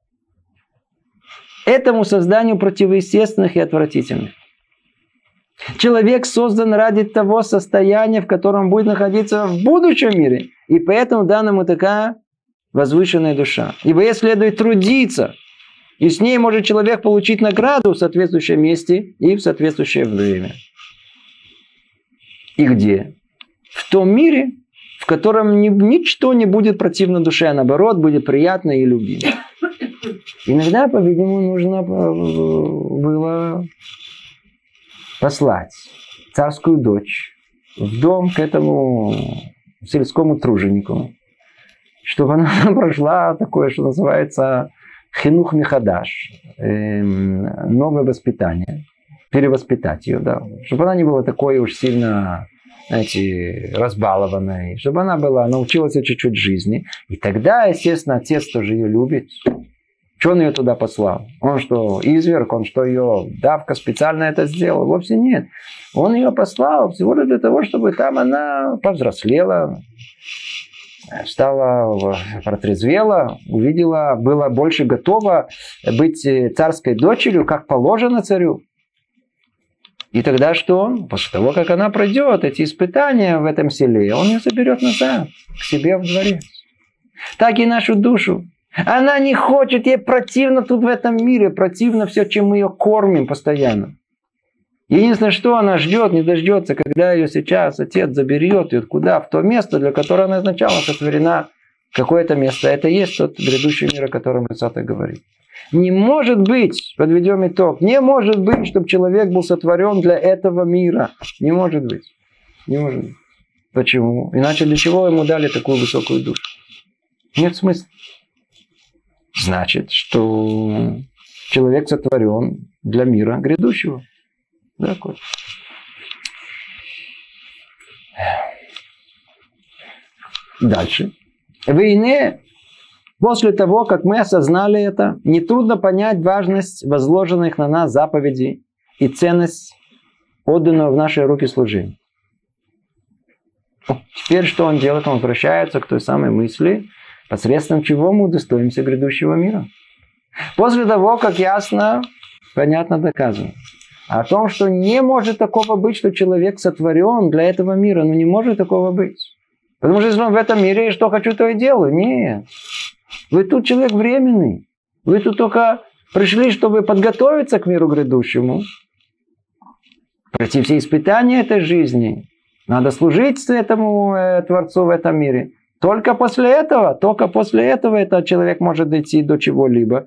этому созданию противоестественных и отвратительных. Человек создан ради того состояния, в котором будет находиться в будущем мире. И поэтому данному такая возвышенная душа. Ибо ей следует трудиться. И с ней может человек получить награду в соответствующем месте и в соответствующее время. И где? В том мире, в котором ничто не будет противно душе, а наоборот, будет приятно и любимо. Иногда, по-видимому, нужно было послать царскую дочь в дом к этому сельскому труженику, чтобы она прошла такое, что называется хинух михадаш, новое воспитание, перевоспитать ее, да, чтобы она не была такой уж сильно, знаете, разбалованной, чтобы она была, научилась чуть-чуть жизни. И тогда, естественно, отец тоже ее любит. Что он ее туда послал? Он что, изверг? Он что, ее давка специально это сделал? Вовсе нет. Он ее послал всего лишь для того, чтобы там она повзрослела, стала, протрезвела, увидела, была больше готова быть царской дочерью, как положено царю. И тогда что он? После того, как она пройдет эти испытания в этом селе, он ее заберет назад, к себе в дворец. Так и нашу душу. Она не хочет, ей противно тут в этом мире, противно все, чем мы ее кормим постоянно. Единственное, что она ждет, не дождется, когда ее сейчас отец заберет ее куда? В то место, для которого она изначально сотворена. Какое-то место. Это и есть тот грядущий мир, о котором Исаак говорит. Не может быть, подведем итог, не может быть, чтобы человек был сотворен для этого мира. Не может быть. Не может быть. Почему? Иначе для чего ему дали такую высокую душу? Нет смысла. Значит, что человек сотворен для мира грядущего. Такой. Дальше. Войне, после того, как мы осознали это, нетрудно понять важность возложенных на нас заповедей и ценность отданного в наши руки служения. Теперь что он делает? Он возвращается к той самой мысли, посредством чего мы удостоимся грядущего мира. После того, как ясно, понятно доказано о том, что не может такого быть, что человек сотворен для этого мира. Ну, не может такого быть. Потому что если он в этом мире, что хочу, то и делаю. Нет. Вы тут человек временный. Вы тут только пришли, чтобы подготовиться к миру грядущему. Пройти все испытания этой жизни. Надо служить этому э, Творцу в этом мире. Только после этого, только после этого этот человек может дойти до чего-либо.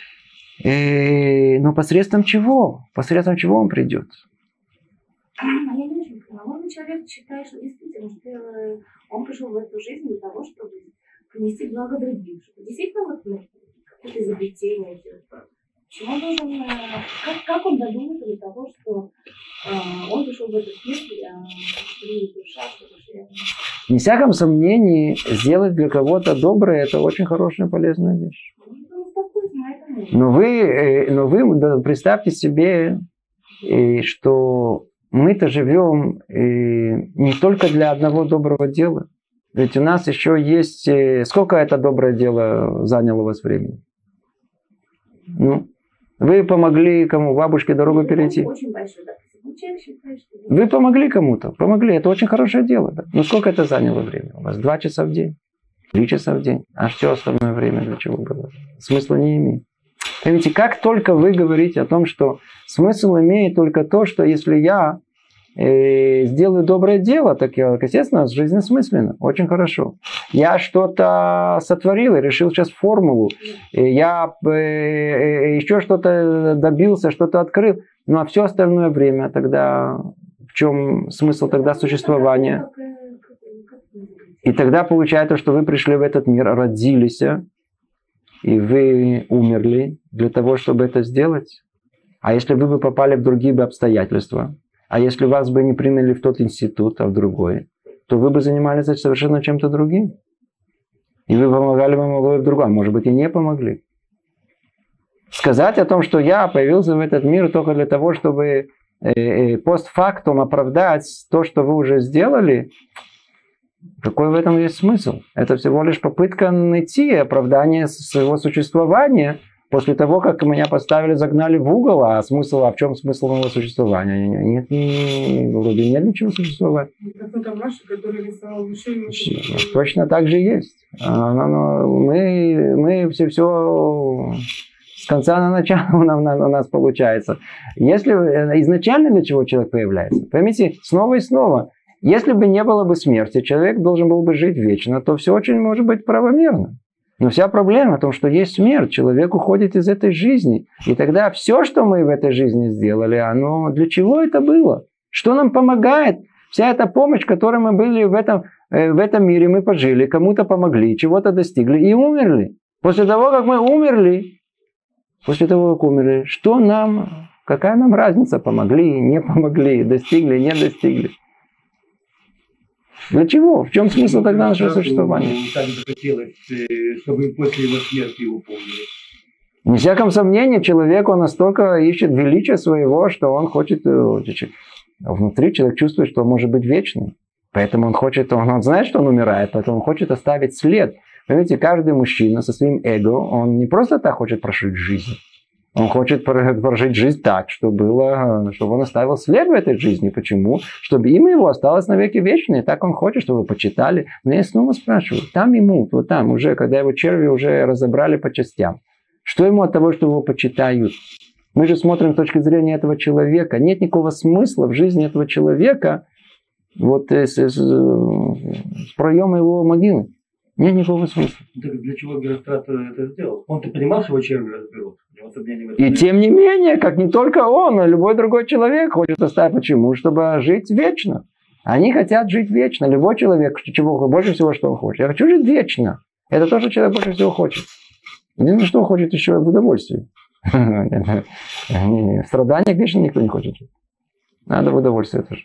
И, но посредством чего? Посредством чего он придет? Я не очень понимаю. Может, человек считает, что действительно, что он пришел в эту жизнь для того, чтобы принести благо другим. Чтобы действительно вот, ну, какое-то изобретение делать. Почему он должен, как, как он додумается до того, что э, он пришел в этот мир для душа, чтобы... Не всяком сомнении, сделать для кого-то доброе – это очень хорошая и полезная вещь. Но вы, но вы представьте себе, что мы-то живем не только для одного доброго дела. Ведь у нас еще есть... Сколько это доброе дело заняло у вас времени? Ну, вы помогли кому? Бабушке дорогу перейти? Очень большой, да. Вы помогли кому-то? Помогли. Это очень хорошее дело. Да? Но сколько это заняло времени? У вас два часа в день? Три часа в день? А все остальное время для чего было? Смысла не имеет. Понимаете, как только вы говорите о том, что смысл имеет только то, что если я э, сделаю доброе дело, так я, естественно, жизнеосмысленно, очень хорошо. Я что-то сотворил и решил сейчас формулу. Я э, э, еще что-то добился, что-то открыл. Ну а все остальное время тогда в чем смысл тогда существования? И тогда получается, что вы пришли в этот мир, родились, и вы умерли для того, чтобы это сделать. А если вы бы попали в другие бы обстоятельства, а если вас бы не приняли в тот институт, а в другой, то вы бы занимались совершенно чем-то другим. И вы помогали бы в другом. Может быть, и не помогли. Сказать о том, что я появился в этот мир только для того, чтобы э, постфактум оправдать то, что вы уже сделали, какой в этом есть смысл? Это всего лишь попытка найти оправдание своего существования после того, как меня поставили, загнали в угол. А смысл, а в чем смысл моего существования? Нет, не, вроде нет ничего существовать. Точно так же есть. Мы, мы все, все с конца на начало у нас, у нас получается. Если изначально для чего человек появляется? Поймите, снова и снова. Если бы не было бы смерти, человек должен был бы жить вечно, то все очень может быть правомерно. Но вся проблема в том, что есть смерть, человек уходит из этой жизни. И тогда все, что мы в этой жизни сделали, оно для чего это было? Что нам помогает? Вся эта помощь, которой мы были в этом, в этом мире, мы пожили, кому-то помогли, чего-то достигли и умерли. После того, как мы умерли, после того, как умерли, что нам, какая нам разница, помогли, не помогли, достигли, не достигли? Для чего? В чем смысл тогда нашего существования? Так захотелось, чтобы после его смерти его помнили. Не всяком сомнении, человек, он настолько ищет величия своего, что он хочет... Внутри человек чувствует, что он может быть вечным. Поэтому он хочет... Он, он знает, что он умирает, поэтому он хочет оставить след. Понимаете, каждый мужчина со своим эго, он не просто так хочет прожить жизнь. Он хочет прожить жизнь так, чтобы, было, чтобы он оставил след в этой жизни. Почему? Чтобы имя его осталось навеки вечное. Так он хочет, чтобы его почитали. Но я снова спрашиваю, там ему, вот там уже, когда его черви уже разобрали по частям, что ему от того, что его почитают? Мы же смотрим с точки зрения этого человека. Нет никакого смысла в жизни этого человека вот с, с, с проема его могилы. Нет никакого смысла. Так для чего Герострат это сделал? Он-то понимал, что его черви разберут. И тем не менее, как не только он, но любой другой человек хочет оставить. Почему? Чтобы жить вечно. Они хотят жить вечно. Любой человек, чего больше всего, что он хочет. Я хочу жить вечно. Это то, что человек больше всего хочет. Единственное, что он хочет еще в удовольствии. В страданиях вечно никто не хочет жить. Надо в удовольствие тоже.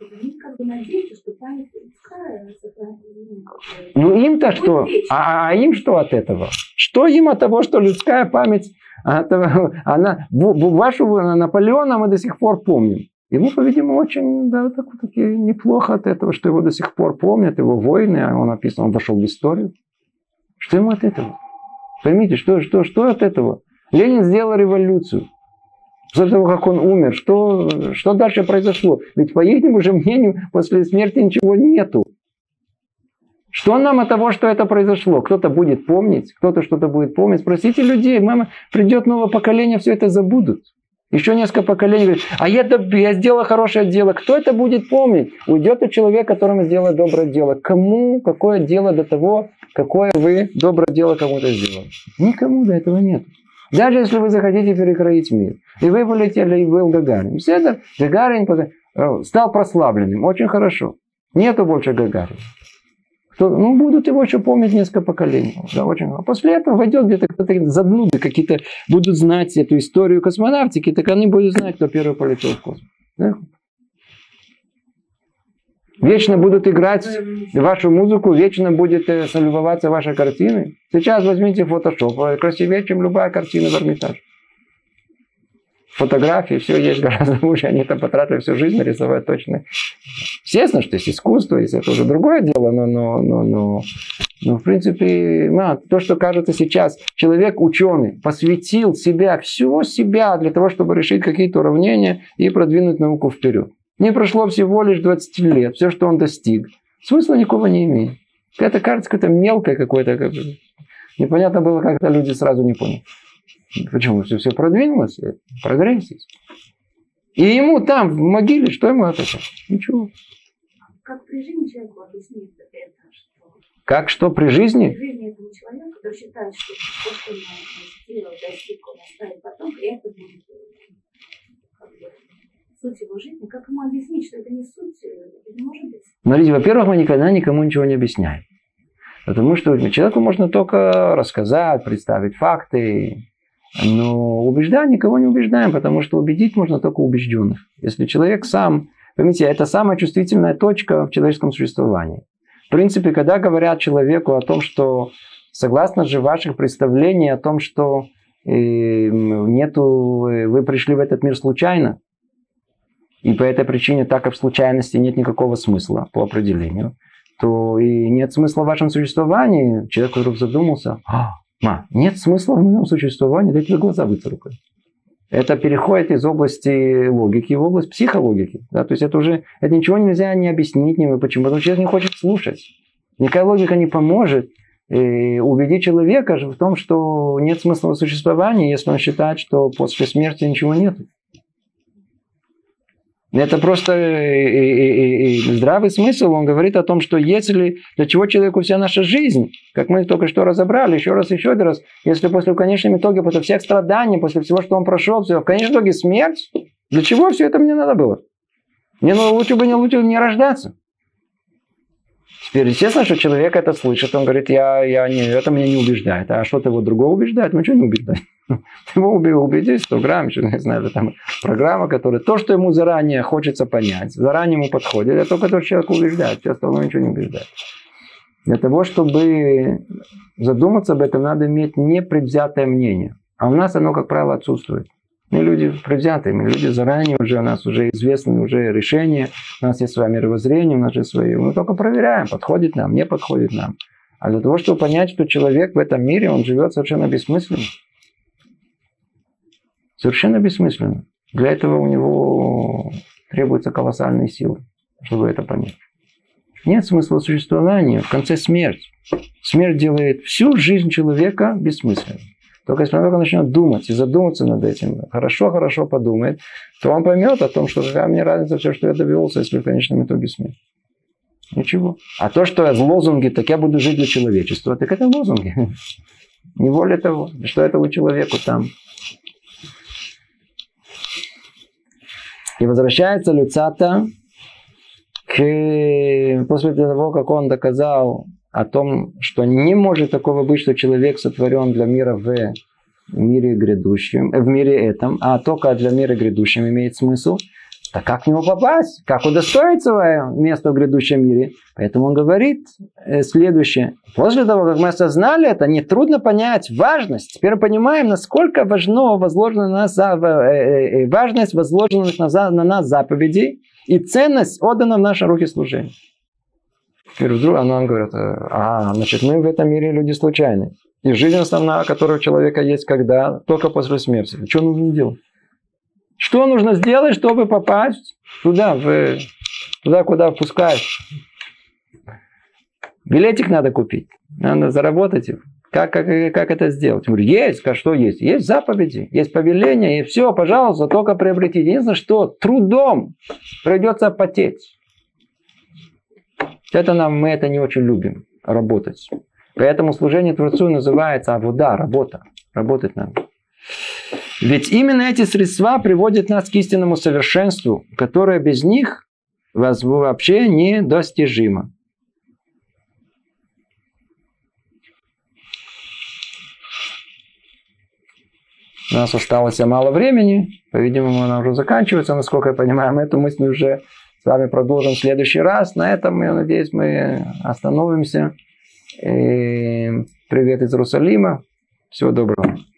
Ну им-то что? А, а им что от этого? Что им от того, что людская память, она, вашу Наполеона мы до сих пор помним. Ему, по-видимому, очень да, так, таки неплохо от этого, что его до сих пор помнят, его войны, он написан, он вошел в историю. Что ему от этого? Поймите, что, что, что от этого? Ленин сделал революцию. После того, как он умер, что, что дальше произошло? Ведь по их же мнению, после смерти ничего нету. Что нам от того, что это произошло? Кто-то будет помнить, кто-то что-то будет помнить. Спросите людей, мама, придет новое поколение, все это забудут. Еще несколько поколений говорит, а я, я сделал хорошее дело. Кто это будет помнить? Уйдет тот человек, которому сделал доброе дело. Кому какое дело до того, какое вы доброе дело кому-то сделали? Никому до этого нет. Даже если вы захотите перекроить мир. И вы полетели, и был Гагарин. Все это Гагарин стал прославленным. Очень хорошо. Нету больше Гагарина. Кто, ну, будут его еще помнить несколько поколений. Да, очень. А после этого войдет где-то кто-то заблуды, какие-то будут знать эту историю космонавтики, так они будут знать, кто первый полетел в космос. Да? Вечно будут играть вашу музыку, вечно будет любоваться вашей картиной. Сейчас возьмите фотошоп, красивее, чем любая картина в Эрмитаже. Фотографии, все есть гораздо лучше. Они там потратили всю жизнь нарисовать точно. Естественно, что есть искусство, есть это уже другое дело, но, но, но, но, но в принципе, да, то, что кажется сейчас, человек ученый посвятил себя, всего себя для того, чтобы решить какие-то уравнения и продвинуть науку вперед. Не прошло всего лишь двадцать лет, все, что он достиг, смысла никакого не имеет. Это кажется какое-то мелкое какое-то, как... непонятно было, как это люди сразу не поняли. Почему? Все, все продвинулось, прогресс есть. И ему там, в могиле, что ему от этого? Ничего. Как при жизни человеку объяснить это? Что... Как что при жизни? При жизни этого человека, который считает, что то, что он сделал, достиг, он оставит потом, и это будет как бы, суть его жизни. Как ему объяснить, что это не суть, это не может быть? Смотрите, во-первых, мы никогда никому ничего не объясняем. Потому что человеку можно только рассказать, представить факты. Но убеждать никого не убеждаем, потому что убедить можно только убежденных. Если человек сам, поймите, это самая чувствительная точка в человеческом существовании. В принципе, когда говорят человеку о том, что согласно же ваших представлений о том, что э, нету, вы пришли в этот мир случайно, и по этой причине, так как в случайности нет никакого смысла по определению, то и нет смысла в вашем существовании. Человек вдруг задумался, ма, нет смысла в моем существовании, да тебе глаза выцарапают. Это переходит из области логики в область психологики. Да? То есть это уже это ничего нельзя не объяснить, не почему. Потому что человек не хочет слушать. Никакая логика не поможет э, убедить человека в том, что нет смысла в существовании, если он считает, что после смерти ничего нет. Это просто и, и, и, и здравый смысл. Он говорит о том, что если для чего человеку вся наша жизнь, как мы только что разобрали, еще раз, еще один раз, если после в конечном итоге, после всех страданий, после всего, что он прошел, все, в конечном итоге смерть, для чего все это мне надо было? Мне ну, лучше бы не, лучше не рождаться. Теперь, естественно, что человек это слышит, он говорит, я, я не, это меня не убеждает. А что-то его другого убеждает? Ну, что не убеждает? Его убедить, сто грамм, еще не знаю, там программа, которая то, что ему заранее хочется понять, заранее ему подходит, это только то, что человек убеждает, все остальное ничего не убеждает. Для того, чтобы задуматься об этом, надо иметь непредвзятое мнение. А у нас оно, как правило, отсутствует. Мы люди предвзятые, мы люди заранее уже, у нас уже известны уже решения, у нас есть свое мировоззрение, у нас есть свои. Мы только проверяем, подходит нам, не подходит нам. А для того, чтобы понять, что человек в этом мире, он живет совершенно бессмысленно. Совершенно бессмысленно. Для этого у него требуются колоссальные силы, чтобы это понять. Нет смысла существования, в конце смерть. Смерть делает всю жизнь человека бессмысленной. Только если человек начнет думать и задуматься над этим, хорошо-хорошо подумает, то он поймет о том, что какая мне разница все, что я добился, если в конечном итоге смерть. Ничего. А то, что лозунги, так я буду жить для человечества, так это лозунги. Не более того, что этому человеку там. И возвращается Люцата к... после того, как он доказал о том, что не может такого быть, что человек сотворен для мира в мире грядущем, в мире этом, а только для мира грядущем имеет смысл. Так как к нему попасть? Как удостоить свое место в грядущем мире? Поэтому он говорит следующее. После того, как мы осознали это, нетрудно понять важность. Теперь мы понимаем, насколько важно возложено на нас, важность возложенных на нас заповедей и ценность отдана в наши руки служения. Теперь вдруг она говорит, а, значит, мы в этом мире люди случайные. И жизнь основная, которая у человека есть, когда? Только после смерти. Что нужно делать? Что нужно сделать, чтобы попасть туда, в, туда, куда впускаешь? Билетик надо купить. Надо заработать его. Как, как, как это сделать? Я говорю, есть, а что есть? Есть заповеди, есть повеления, и все, пожалуйста, только приобретите. Единственное, что трудом придется потеть. Это нам, мы это не очень любим, работать. Поэтому служение Творцу называется авода, работа. Работать надо. Ведь именно эти средства приводят нас к истинному совершенству, которое без них вообще недостижимо. У нас осталось мало времени. По-видимому, она уже заканчивается, насколько я понимаю. Мы эту мысль уже с вами продолжим в следующий раз. На этом, я надеюсь, мы остановимся. И привет из Иерусалима. Всего доброго.